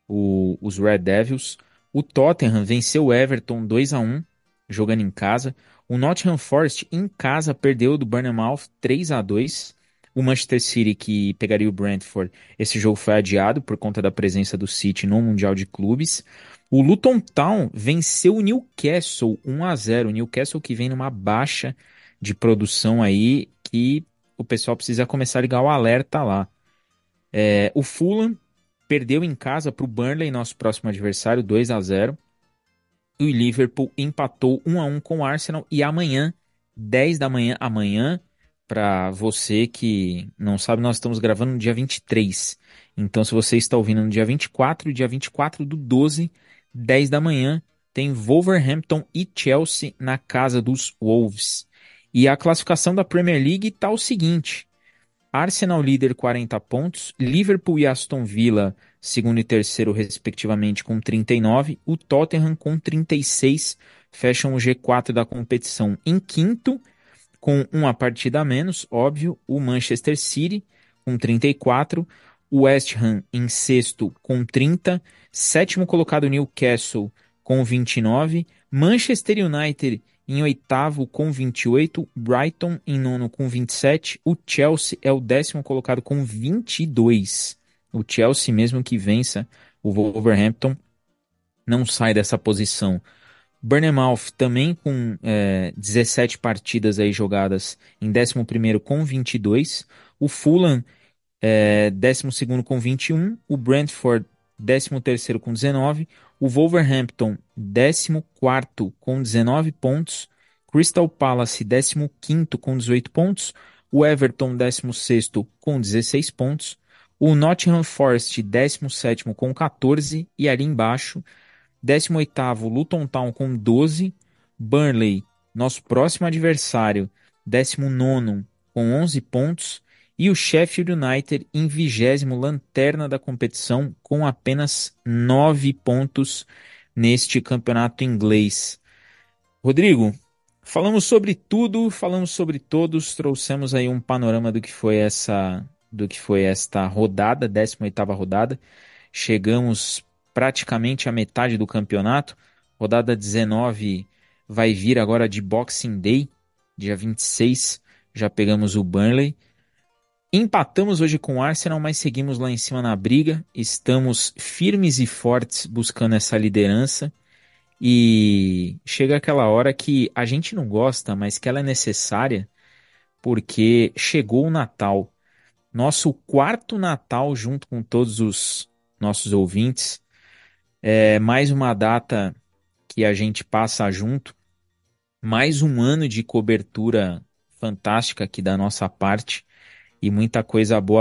os Red Devils. O Tottenham venceu o Everton 2-1, jogando em casa. O Nottingham Forest em casa perdeu do Bournemouth 3-2. O Manchester City, que pegaria o Brentford, esse jogo foi adiado por conta da presença do City no Mundial de Clubes. O Luton Town venceu o Newcastle 1-0. O Newcastle que vem numa baixa de produção aí, que o pessoal precisa começar a ligar o alerta lá. O Fulham perdeu em casa para o Burnley, nosso próximo adversário, 2-0. E o Liverpool empatou 1-1 com o Arsenal. E amanhã, 10 da manhã, para você que não sabe, nós estamos gravando no dia 23. Então, se você está ouvindo no dia 24, dia 24 do 12, 10 da manhã, tem Wolverhampton e Chelsea na casa dos Wolves. E a classificação da Premier League está o seguinte: Arsenal líder 40 pontos, Liverpool e Aston Villa segundo e terceiro respectivamente com 39, o Tottenham com 36 fecham o G4 da competição. Em quinto, com uma partida a menos, óbvio, o Manchester City com 34, o West Ham em sexto com 30, sétimo colocado Newcastle com 29, Manchester United em oitavo com 28, Brighton em nono com 27, o Chelsea é o décimo colocado com 22. O Chelsea, mesmo que vença o Wolverhampton, não sai dessa posição. Bournemouth também com 17 partidas aí jogadas em 11º com 22. O Fulham, 12º com 21. O Brentford, 13º com 19. O Wolverhampton, 14º com 19 pontos. Crystal Palace, 15º com 18 pontos. O Everton, 16º com 16 pontos. O Nottingham Forest, 17º com 14. E ali embaixo, 18º, Luton Town com 12. Burnley, nosso próximo adversário, 19º com 11 pontos. E o Sheffield United em 20º, lanterna da competição, com apenas 9 pontos neste campeonato inglês. Rodrigo, falamos sobre tudo, falamos sobre todos, trouxemos aí um panorama do que foi esta rodada, 18ª rodada. Chegamos praticamente à metade do campeonato. Rodada 19 vai vir agora de Boxing Day, dia 26. Já pegamos o Burnley. Empatamos hoje com o Arsenal, mas seguimos lá em cima na briga. Estamos firmes e fortes buscando essa liderança. E chega aquela hora que a gente não gosta, mas que ela é necessária, porque chegou o Natal. Nosso quarto Natal junto com todos os nossos ouvintes. É mais uma data que a gente passa junto. Mais um ano de cobertura fantástica aqui da nossa parte. E muita coisa boa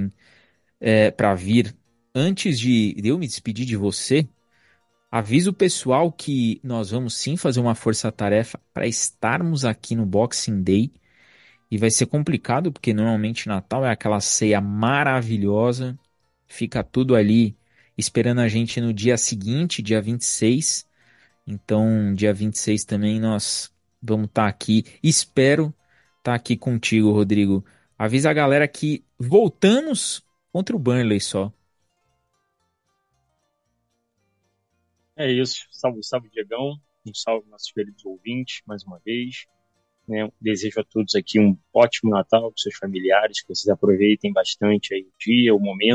para vir. Antes de eu me despedir de você, aviso o pessoal que nós vamos sim fazer uma força-tarefa para estarmos aqui no Boxing Day. E vai ser complicado, porque normalmente Natal é aquela ceia maravilhosa. Fica tudo ali esperando a gente no dia seguinte, dia 26. Então, dia 26 também nós vamos estar aqui. Espero estar aqui contigo, Rodrigo. Avisa a galera que voltamos contra o Burnley só. É isso. Salve, salve, Diegão. Um salve, nossos queridos ouvintes, mais uma vez. Né? Desejo a todos aqui um ótimo Natal com seus familiares, que vocês aproveitem bastante aí o dia, o momento,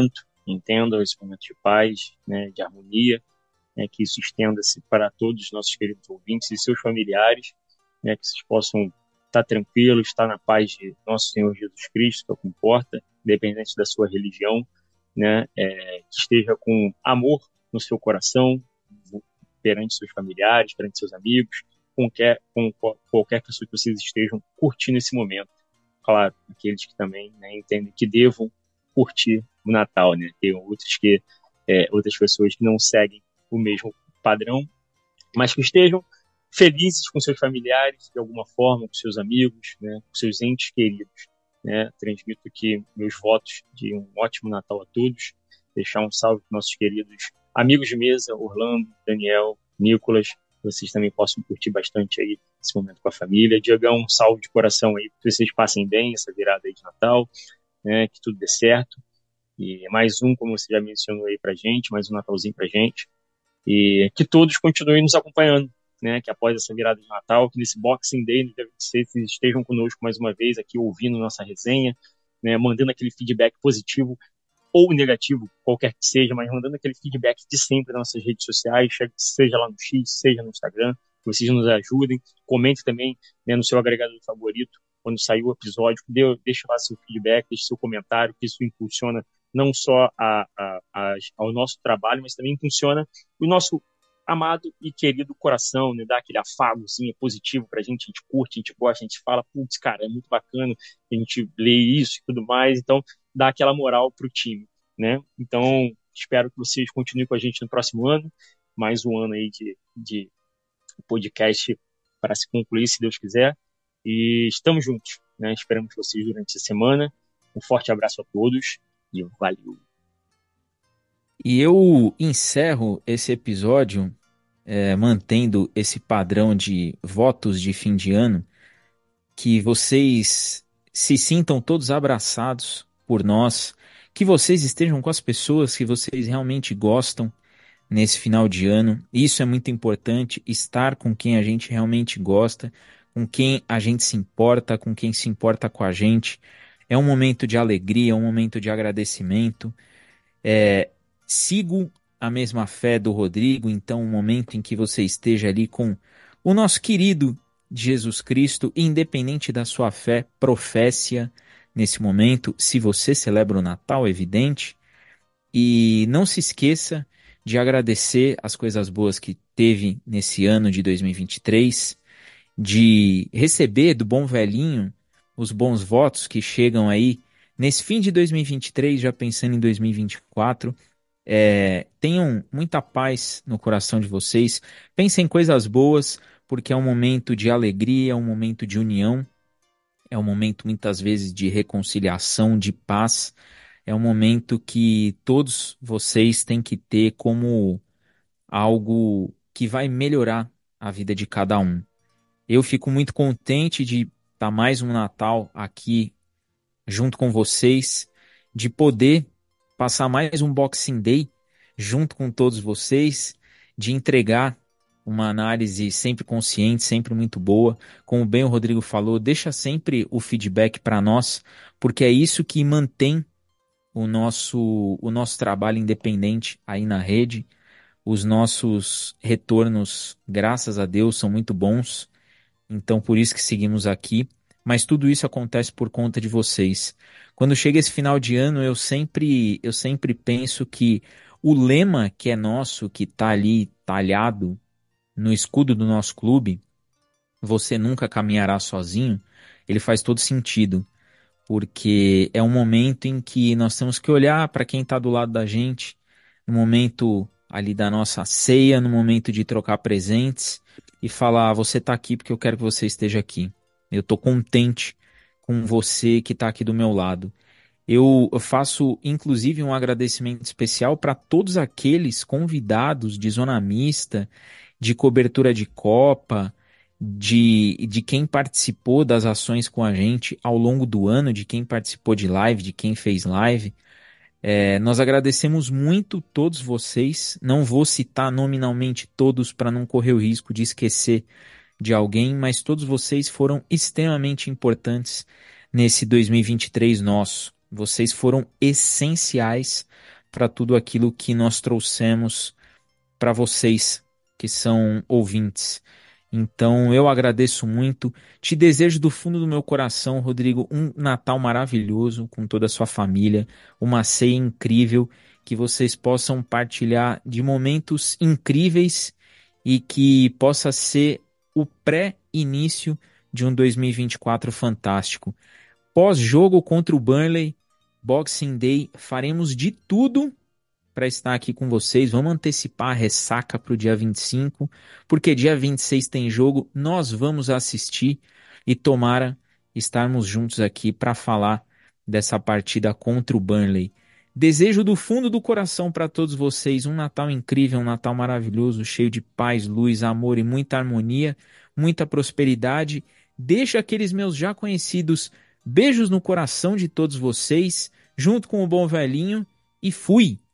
entendam esse momento de paz, né, de harmonia, né, que isso estenda-se para todos os nossos queridos ouvintes e seus familiares, né, que vocês possam estar tranquilos, estar na paz de nosso Senhor Jesus Cristo, que é o que importa, independente da sua religião, né, que esteja com amor no seu coração, perante seus familiares, perante seus amigos, com qualquer pessoa que vocês estejam curtindo esse momento. Claro, aqueles que também, né, entendem que devam curtir o Natal, né? Tem outras pessoas que não seguem o mesmo padrão, mas que estejam felizes com seus familiares, de alguma forma, com seus amigos, né, com seus entes queridos. Né? Transmito aqui meus votos de um ótimo Natal a todos, deixar um salve para nossos queridos amigos de mesa, Orlando, Daniel, Nicolas, que vocês também possam curtir bastante aí esse momento com a família. Diegão, um salve de coração aí, que vocês passem bem essa virada aí de Natal, né, que tudo dê certo. E mais um, como você já mencionou aí pra gente, mais um Natalzinho pra gente. E que todos continuem nos acompanhando, né? Que após essa virada de Natal, que nesse Boxing Day, no dia 26, vocês estejam conosco mais uma vez aqui ouvindo nossa resenha, né? Mandando aquele feedback positivo ou negativo, qualquer que seja, mas mandando aquele feedback de sempre nas nossas redes sociais, seja lá no X, seja no Instagram, que vocês nos ajudem. Comente também, né, no seu agregador favorito, quando sair o episódio, deixe lá seu feedback, deixe seu comentário, que isso impulsiona não só ao nosso trabalho, mas também impulsiona o nosso amado e querido coração, né? Dá aquele afagozinho positivo pra gente, a gente curte, a gente gosta, a gente fala, putz, cara, é muito bacana, a gente lê isso e tudo mais, então dá aquela moral pro time, né? Então, espero que vocês continuem com a gente no próximo ano, mais um ano aí de podcast para se concluir, se Deus quiser, e estamos juntos, né? Esperamos vocês durante a semana. Um forte abraço a todos e valeu! E eu encerro esse episódio mantendo esse padrão de votos de fim de ano, que vocês se sintam todos abraçados por nós, que vocês estejam com as pessoas que vocês realmente gostam nesse final de ano. Isso é muito importante, estar com quem a gente realmente gosta, com quem a gente se importa, com quem se importa com a gente. É um momento de alegria, é um momento de agradecimento. Sigo a mesma fé do Rodrigo, então um momento em que você esteja ali com o nosso querido Jesus Cristo, independente da sua fé, professe-a nesse momento. Se você celebra o Natal, é evidente, e não se esqueça de agradecer as coisas boas que teve nesse ano de 2023, de receber do bom velhinho os bons votos que chegam aí nesse fim de 2023, já pensando em 2024. Tenham muita paz no coração de vocês, pensem em coisas boas, porque é um momento de alegria, é um momento de união, é um momento muitas vezes de reconciliação, de paz, é um momento que todos vocês têm que ter como algo que vai melhorar a vida de cada um. Eu fico muito contente de estar mais um Natal aqui junto com vocês, de poder passar mais um Boxing Day junto com todos vocês, de entregar uma análise sempre consciente, sempre muito boa. Como bem o Rodrigo falou, deixa sempre o feedback para nós, porque é isso que mantém o nosso trabalho independente aí na rede. Os nossos retornos, graças a Deus, são muito bons. Então, por isso que seguimos aqui. Mas tudo isso acontece por conta de vocês. Quando chega esse final de ano, eu sempre penso que o lema que é nosso, que está ali talhado no escudo do nosso clube, você nunca caminhará sozinho, ele faz todo sentido. Porque é um momento em que nós temos que olhar para quem está do lado da gente, no momento ali da nossa ceia, no momento de trocar presentes e falar: você está aqui porque eu quero que você esteja aqui. Eu estou contente com você que está aqui do meu lado. Eu faço inclusive um agradecimento especial para todos aqueles convidados de zona mista, de cobertura de Copa, de quem participou das ações com a gente ao longo do ano, de quem participou de live, de quem fez live. Nós agradecemos muito todos vocês. Não vou citar nominalmente todos para não correr o risco de esquecer de alguém, mas todos vocês foram extremamente importantes nesse 2023 nosso. Vocês foram essenciais para tudo aquilo que nós trouxemos para vocês que são ouvintes. Então eu agradeço muito, te desejo do fundo do meu coração, Rodrigo, um Natal maravilhoso com toda a sua família, uma ceia incrível, que vocês possam partilhar de momentos incríveis e que possa ser o pré-início de um 2024 fantástico. Pós-jogo contra o Burnley, Boxing Day, faremos de tudo para estar aqui com vocês. Vamos antecipar a ressaca para o dia 25, porque dia 26 tem jogo, nós vamos assistir e tomara estarmos juntos aqui para falar dessa partida contra o Burnley. Desejo do fundo do coração para todos vocês um Natal incrível, um Natal maravilhoso, cheio de paz, luz, amor e muita harmonia, muita prosperidade. Deixo aqueles meus já conhecidos beijos no coração de todos vocês, junto com o bom velhinho, e fui!